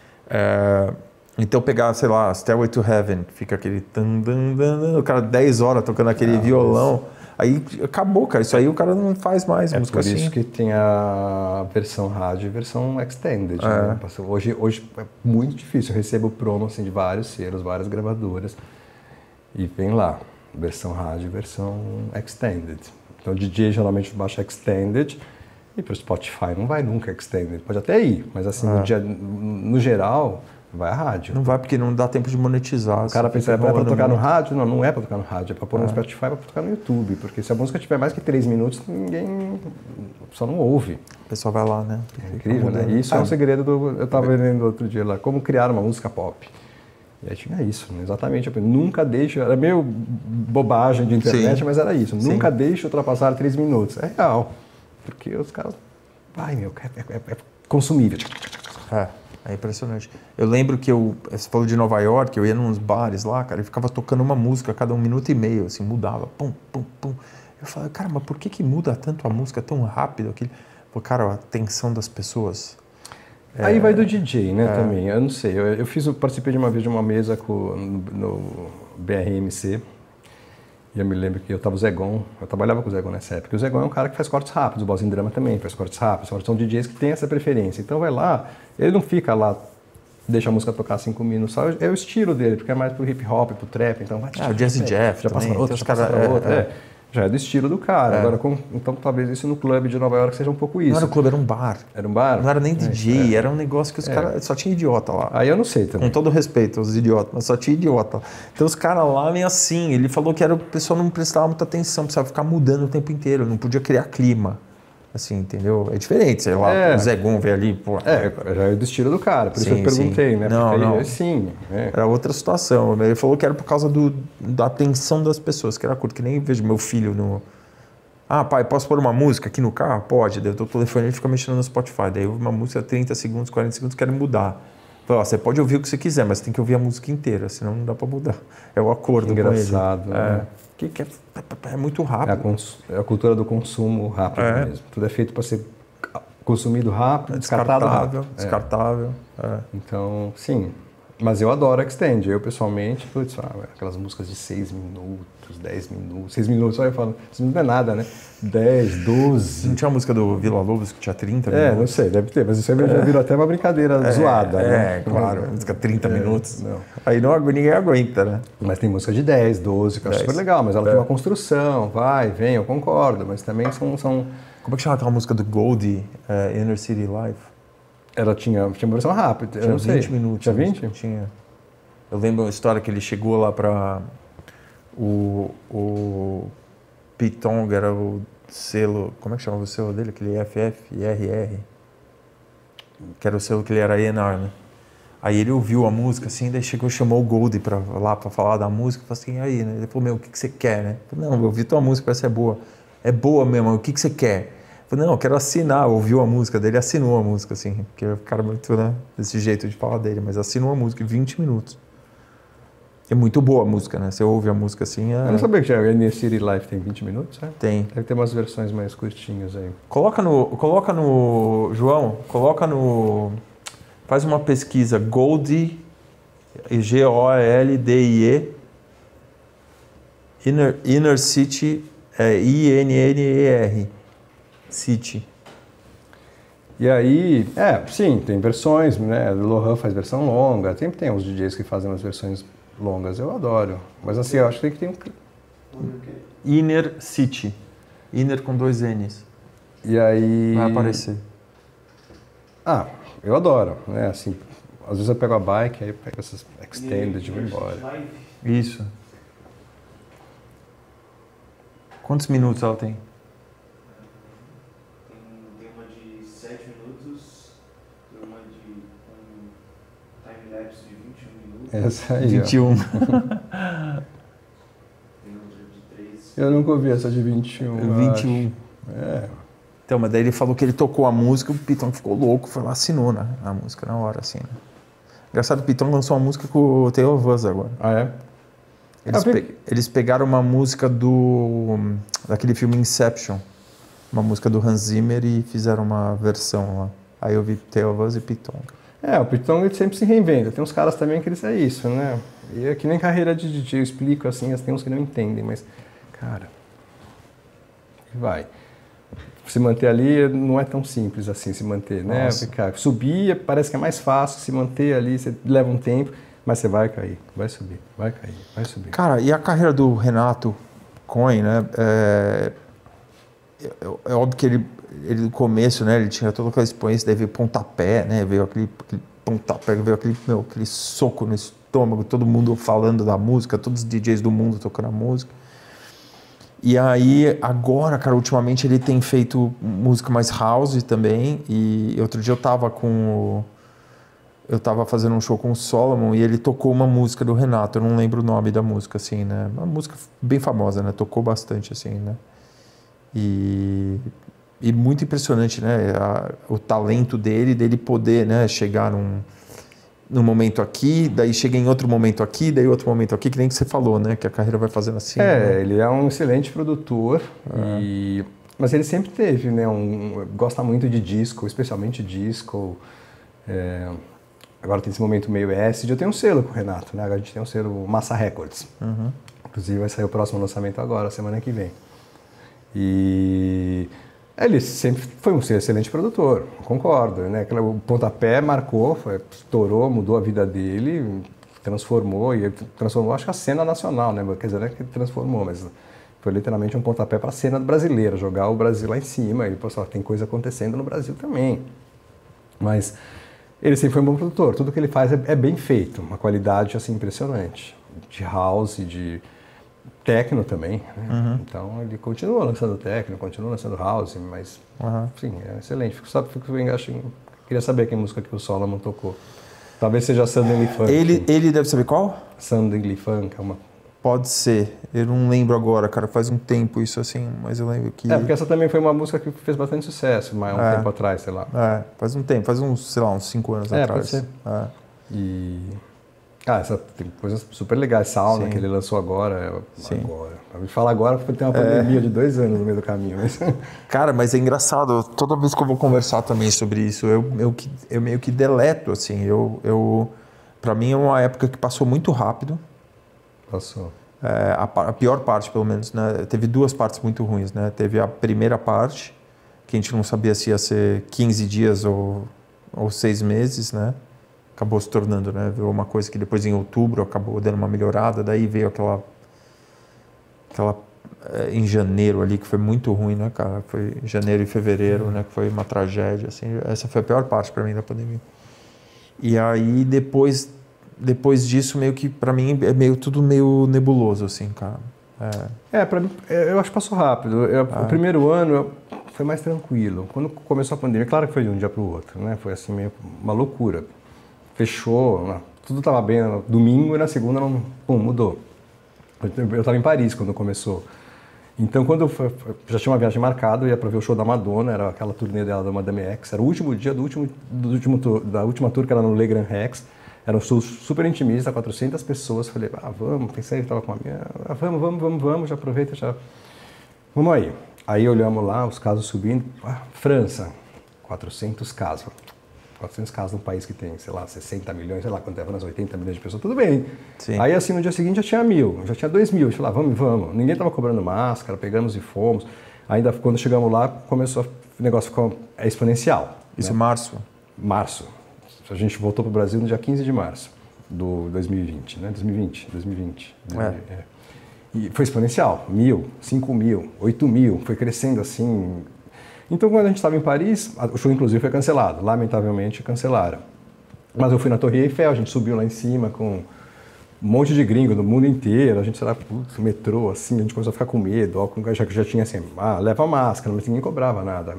É, então pegar, sei lá, Stairway to Heaven, fica aquele... Tan, tan, tan, o cara dez horas tocando aquele Não, violão. Aí acabou, cara. Isso aí o cara não faz mais É música por assim. isso que tem a versão rádio e versão extended. É. Né? Hoje, hoje é muito difícil. Eu recebo promo assim, de vários selos, várias gravadoras. E vem lá, versão rádio e versão extended. Então o D J geralmente baixa extended e para o Spotify não vai nunca extended. Pode até ir, mas assim, É. no, dia, no geral, vai a rádio. Não vai porque não dá tempo de monetizar. O cara você pensa, é fica para enrolando tocar no muito. rádio? Não, não é para tocar no rádio, é para pôr no Ah. Spotify, é para tocar no YouTube. Porque se a música tiver mais que três minutos, ninguém só não ouve. O pessoal vai lá, né? É incrível, né? mudando. E isso é Ah, um segredo do... Eu estava lendo outro dia lá, como criar uma música pop. E aí tinha isso, né? Exatamente. Eu pensei, nunca deixa... Era meio bobagem de internet, Sim. mas era isso. Sim. Nunca deixa ultrapassar três minutos. É real. Porque os caras... Vai, meu, é, é, é consumível. É, é impressionante. Eu lembro que eu, você falou de Nova York, eu ia nos bares lá, cara, e ficava tocando uma música a cada um minuto e meio, assim, mudava, pum, pum, pum. Eu falava, cara, mas por que que muda tanto a música tão rápido? Aquele... Pô, cara, a atenção das pessoas. Aí É, vai do D J, né, é. também. Eu não sei. Eu, eu fiz, eu participei de uma vez de uma mesa com, no, no B R M C. E eu me lembro que eu estava o Zegon, eu trabalhava com o Zegon nessa época. E o Zegon é um cara que faz cortes rápidos, o Boss em Drama também faz cortes rápidos. São D Js que têm essa preferência. Então vai lá, ele não fica lá, deixa a música tocar cinco minutos, só é o estilo dele, porque é mais pro hip hop, pro trap. Então vai, Ah, o Jazzy é, Jeff já passa também, pra outra, tem já os passa cara- pra é, outra. é. É. Já é do estilo do cara. É. Agora, com, então talvez isso no clube de Nova York seja um pouco isso. Não era um clube, era um bar. Era um bar? Não era nem D J, É. era um negócio que os É. caras... Só tinha idiota lá. Aí eu não sei também. Com todo respeito aos idiotas, mas só tinha idiota. Então os caras lá vêm assim, ele falou que era, o pessoal não prestava muita atenção, precisava ficar mudando o tempo inteiro, não podia criar clima. Assim, entendeu? É diferente, sei lá, É. o Zé Gon veio ali, pô. É, já é do estilo do cara, por isso Sim, eu perguntei, sim. né? Não, Porque não. Ele, sim, é. Era outra situação. Ele falou que era por causa do, da atenção das pessoas, que era curto, que nem vejo meu filho no... Ah, pai, posso pôr uma música aqui no carro? Pode. Daí eu tô telefone, ele fica mexendo no Spotify. Daí eu ouvi uma música, trinta segundos, quarenta segundos, quero mudar. Falei, ó, você pode ouvir o que você quiser, mas tem que ouvir a música inteira, senão não dá pra mudar. É o acordo Engraçado, com ele. né? É. Que, que é, é muito É a, rápido. cons- é a cultura do consumo rápido É. mesmo. Tudo é feito para ser consumido rápido, descartado descartável, rápido. É. descartável. É. Então, sim, Mas eu adoro Extend. Eu, pessoalmente, putz, ah, aquelas músicas de seis minutos, dez minutos. seis minutos, olha, eu falo, isso não é nada, né? dez, doze. Não tinha a música do Vila Lobos que tinha trinta É, minutos? não sei, deve ter. Mas isso aí já virou até uma brincadeira É, zoada, é, né? É, claro. Música trinta É, minutos. não. Aí não, ninguém aguenta, né? Mas tem música de dez, doze, que eu acho dez. super legal. Mas ela É. tem uma construção, vai, vem, eu concordo. Mas também são... são... Como é que chama aquela música do Goldie, uh, Inner City Life? Ela tinha, tinha uma versão rápida, eu Tinha não sei. vinte minutos. Tinha vinte? Tinha. Eu lembro uma história que ele chegou lá pra... O, o Piton, era o selo... Como é que chamava o selo dele? Aquele F F R R. Que era o selo que ele era A and R, né? Aí ele ouviu a música, assim, daí chegou e chamou o Goldie pra, lá pra falar da música. Falei assim, aí, né? Ele falou, meu, o que, que você quer, né? Eu falei, não, eu ouvi tua música, parece que é boa. É boa mesmo, o que, que você quer? Eu falei, não, eu quero assinar. Ouviu a música dele, assinou a música, assim. Porque o cara muito, né? Desse jeito de falar dele. Mas assinou a música em vinte minutos. É muito boa a música, né? Você ouve a música assim... É... Eu não sabia que a Inner City Life tem vinte minutos, né? Tem. Deve ter umas versões mais curtinhas aí. Coloca no... Coloca no... João, coloca no... Faz uma pesquisa. Goldie, G O L D I E, Inner, Inner City, é, I N N E R, City. E aí, é, sim, tem versões, né? O Lohan faz versão longa, sempre tem uns D Js que fazem umas versões longas, eu adoro. Mas assim, eu acho que tem que ter um... Inner City. Inner com dois N's. E aí... Vai aparecer. Ah, eu adoro, né? Assim, às vezes eu pego a bike, aí eu pego essas extended e vou embora. Isso. Quantos minutos ela tem? Tem uma de sete minutos, tem uma de um time-lapse de vinte e um minutos. Essa aí, vinte e um. Tem outra de três. Eu nunca ouvi essa de vinte e um. vinte e um. É. Então, mas daí ele falou que ele tocou a música, o Piton ficou louco, foi lá, assinou, né, a música na hora, assim, né? Engraçado, o Piton lançou uma música com o Taylor Vuz agora. Ah, é? Eles, Ah, pe eles pegaram uma música do... daquele filme Inception, uma música do Hans Zimmer e fizeram uma versão lá. Aí eu vi Taylor Vuz e Piton. É, o Piton ele sempre se reinventa. Tem uns caras também que eles é isso, né? E é que nem carreira de D J, eu explico assim, tem uns que não entendem, mas, cara, vai. Se manter ali não é tão simples assim, se manter, né? Nossa. Ficar, subir parece que é mais fácil, se manter ali, você leva um tempo, mas você vai cair, vai subir, vai cair, vai subir. Cara, e a carreira do Renato Cohen, né? É, é, é óbvio que ele, ele no começo, né? Ele tinha toda aquela experiência, daí veio pontapé, né? Veio aquele, aquele pontapé, veio aquele, meu, aquele soco no estômago, todo mundo falando da música, todos os D Js do mundo tocando a música. E aí, agora, cara, ultimamente ele tem feito música mais house também. E outro dia eu tava com o... Eu tava fazendo um show com o Solomon e ele tocou uma música do Renato. Eu não lembro o nome da música, assim, né? Uma música bem famosa, né? Tocou bastante, assim, né? E... E muito impressionante, né? A, o talento dele, dele poder, né? Chegar num... num momento aqui, daí chega em outro momento aqui, daí outro momento aqui, que nem que você falou, né? Que a carreira vai fazendo assim. É, né? ele é um excelente produtor, é. e... mas ele sempre teve, né? Um... Gosta muito de disco, especialmente disco. É... Agora tem esse momento meio acid. Eu tenho um selo com o Renato, né? Agora a gente tem um selo Massa Records. Uhum. Inclusive vai sair o próximo lançamento agora, semana que vem. E... ele sempre foi um excelente produtor, concordo, né? O pontapé marcou, foi, estourou, mudou a vida dele, transformou, e transformou, acho que a cena nacional, né? Quer dizer, não é que transformou, mas foi literalmente um pontapé para a cena brasileira, jogar o Brasil lá em cima, e pessoal, tem coisa acontecendo no Brasil também. Mas ele sempre foi um bom produtor, tudo que ele faz é, é bem feito, uma qualidade assim impressionante, de house, de... techno também, né? Uhum. Então ele continua lançando techno, continua lançando house, mas uhum. sim, é excelente. Fico, sabe, fico, acho, queria saber que música que o Solomon tocou. Talvez seja Suddenly Funk. Ele, ele deve saber qual? Suddenly Funk, é uma... Pode ser, eu não lembro agora, cara, faz um tempo isso assim, mas eu lembro que... É, porque essa também foi uma música que fez bastante sucesso, mas há um é. tempo atrás, sei lá. É, faz um tempo, faz uns, sei lá, uns cinco anos é, atrás. Pode ser. É. E... Ah, essa tem coisas super legais, Sauna, Sim. que ele lançou agora. Sim. Agora. Pra me falar agora, porque tem uma pandemia é. de dois anos no meio do caminho. Mas... Cara, mas é engraçado, toda vez que eu vou conversar também sobre isso, eu, eu, eu meio que deleto, assim, eu, eu para mim é uma época que passou muito rápido. Passou. É, a, a pior parte, pelo menos, né? Teve duas partes muito ruins, né? Teve a primeira parte, que a gente não sabia se ia ser quinze dias ou, ou seis meses, né? Acabou se tornando, né? Virou uma coisa que depois em outubro acabou dando uma melhorada, daí veio aquela... aquela é, em janeiro ali, que foi muito ruim, né, cara? Foi janeiro e fevereiro, uhum. né? Que foi uma tragédia, assim. Essa foi a pior parte para mim da pandemia. E aí, depois... Depois disso, meio que, pra mim, é meio tudo meio nebuloso, assim, cara. É, é pra mim, eu acho que passou rápido. Eu, ah. O primeiro ano eu, foi mais tranquilo. Quando começou a pandemia, claro que foi de um dia pro outro, né? Foi assim, meio uma loucura. Fechou, não, tudo tava bem no domingo e na segunda, não, pum, mudou. Eu, eu tava em Paris quando começou. Então, quando eu, foi, já tinha uma viagem marcada, eu ia pra ver o show da Madonna, era aquela turnê dela da Madame X. Era o último dia do último, do último tour, da última tour, que era no Le Grand Rex. Era um show super intimista, quatrocentas pessoas. Falei, ah, vamos, pensei que estava com a minha. Ah, vamos, vamos, vamos, vamos, já aproveita, já. Vamos aí. Aí olhamos lá, os casos subindo. Ah, França, quatrocentos casos. quatrocentos casos num país que tem, sei lá, sessenta milhões, sei lá quanto é, França, oitenta milhões de pessoas, tudo bem. Sim. Aí assim, no dia seguinte já tinha mil, já tinha dois mil. A gente falou, ah, vamos, vamos. Ninguém estava cobrando máscara, pegamos e fomos. Ainda quando chegamos lá, começou, o negócio ficou é exponencial. Isso né? em março? Março. A gente voltou para o Brasil no dia quinze de março do dois mil e vinte, né? dois mil e vinte, dois mil e vinte. É. É. E foi exponencial, mil, cinco mil, oito mil, foi crescendo assim. Então, quando a gente estava em Paris, o show inclusive foi cancelado, lamentavelmente cancelaram. Mas eu fui na Torre Eiffel, a gente subiu lá em cima com um monte de gringo do mundo inteiro, a gente, sei lá, putz, metrô, assim, a gente começou a ficar com medo, ó, já, já tinha assim, ah, leva máscara, mas ninguém cobrava nada.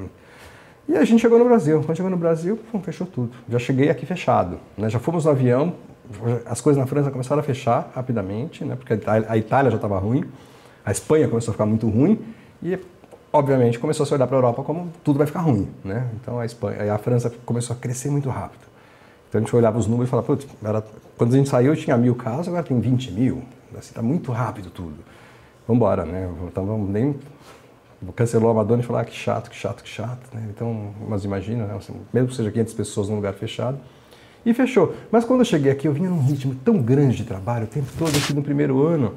E a gente chegou no Brasil. Quando chegou no Brasil, pum, fechou tudo. Já cheguei aqui fechado. Né? Já fomos no avião, as coisas na França começaram a fechar rapidamente, né? Porque a Itália já estava ruim, a Espanha começou a ficar muito ruim e, obviamente, começou a se olhar para a Europa como tudo vai ficar ruim. Né? Então a, Espanha, a França começou a crescer muito rápido. Então a gente olhava os números e falava, putz, era... quando a gente saiu tinha mil casos, agora tem vinte mil. Assim, tá muito rápido tudo. Vamos embora, né? Então vamos nem... Cancelou a Madonna e falou, ah, que chato, que chato, que chato. Né? Então, mas imagina, né? Assim, mesmo que seja quinhentas pessoas num lugar fechado. E fechou. Mas quando eu cheguei aqui, eu vinha num ritmo tão grande de trabalho, o tempo todo aqui no primeiro ano,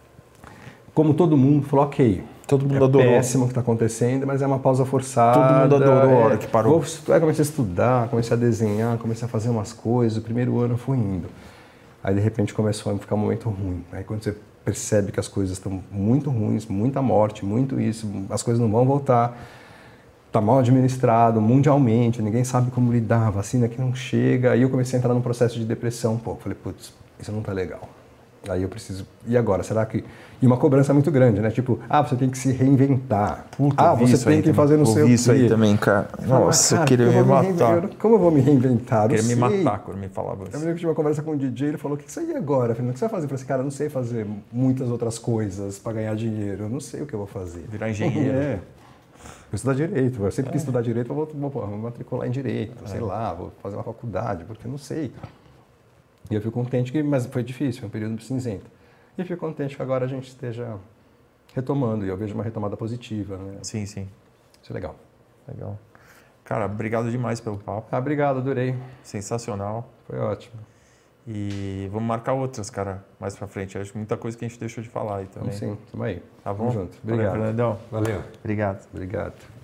como todo mundo falou, ok, todo mundo é adorou. péssimo o que está acontecendo, mas é uma pausa forçada. Todo mundo adorou a hora que parou. Vou, aí comecei a estudar, comecei a desenhar, comecei a fazer umas coisas, o primeiro ano foi indo. Aí, de repente, começou a ficar um momento ruim. Aí, quando você percebe que as coisas estão muito ruins, muita morte, muito isso, as coisas não vão voltar, está mal administrado mundialmente, ninguém sabe como lidar, a vacina que não chega. Aí eu comecei a entrar num processo de depressão um pouco. Falei, putz, isso não está legal. Aí eu preciso... E agora? Será que... E uma cobrança muito grande, né? Tipo, ah, você tem que se reinventar. Puta, ah, você tem que fazer no seu... isso aí também, cara. Nossa, eu queria me matar. Como eu vou me reinventar? Eu queria me matar quando me falava isso. Eu me lembro que tive uma conversa com um D J, ele falou, o que isso aí agora? Eu falei, o que você vai fazer? Eu falei assim, cara, eu não sei fazer muitas outras coisas para ganhar dinheiro. Eu não sei o que eu vou fazer. Virar engenheiro. É. Vou estudar Direito. Eu sempre é. quis estudar Direito, eu vou, vou, vou me matricular em Direito, é. sei lá, vou fazer uma faculdade, porque eu não sei. E eu fico contente, que, mas foi difícil, foi um período cinzento. E eu fico contente que agora a gente esteja retomando, e eu vejo uma retomada positiva. Né? Sim, sim. Isso é legal. Legal. Cara, obrigado demais pelo papo. Ah, obrigado, adorei. Sensacional. Foi ótimo. E vamos marcar outras, cara, mais pra frente. Acho muita coisa que a gente deixou de falar aí também. Vamos sim, tamo aí. Tá bom? Vamos junto. Obrigado. Valeu, Fernandão. Valeu. Obrigado. Obrigado.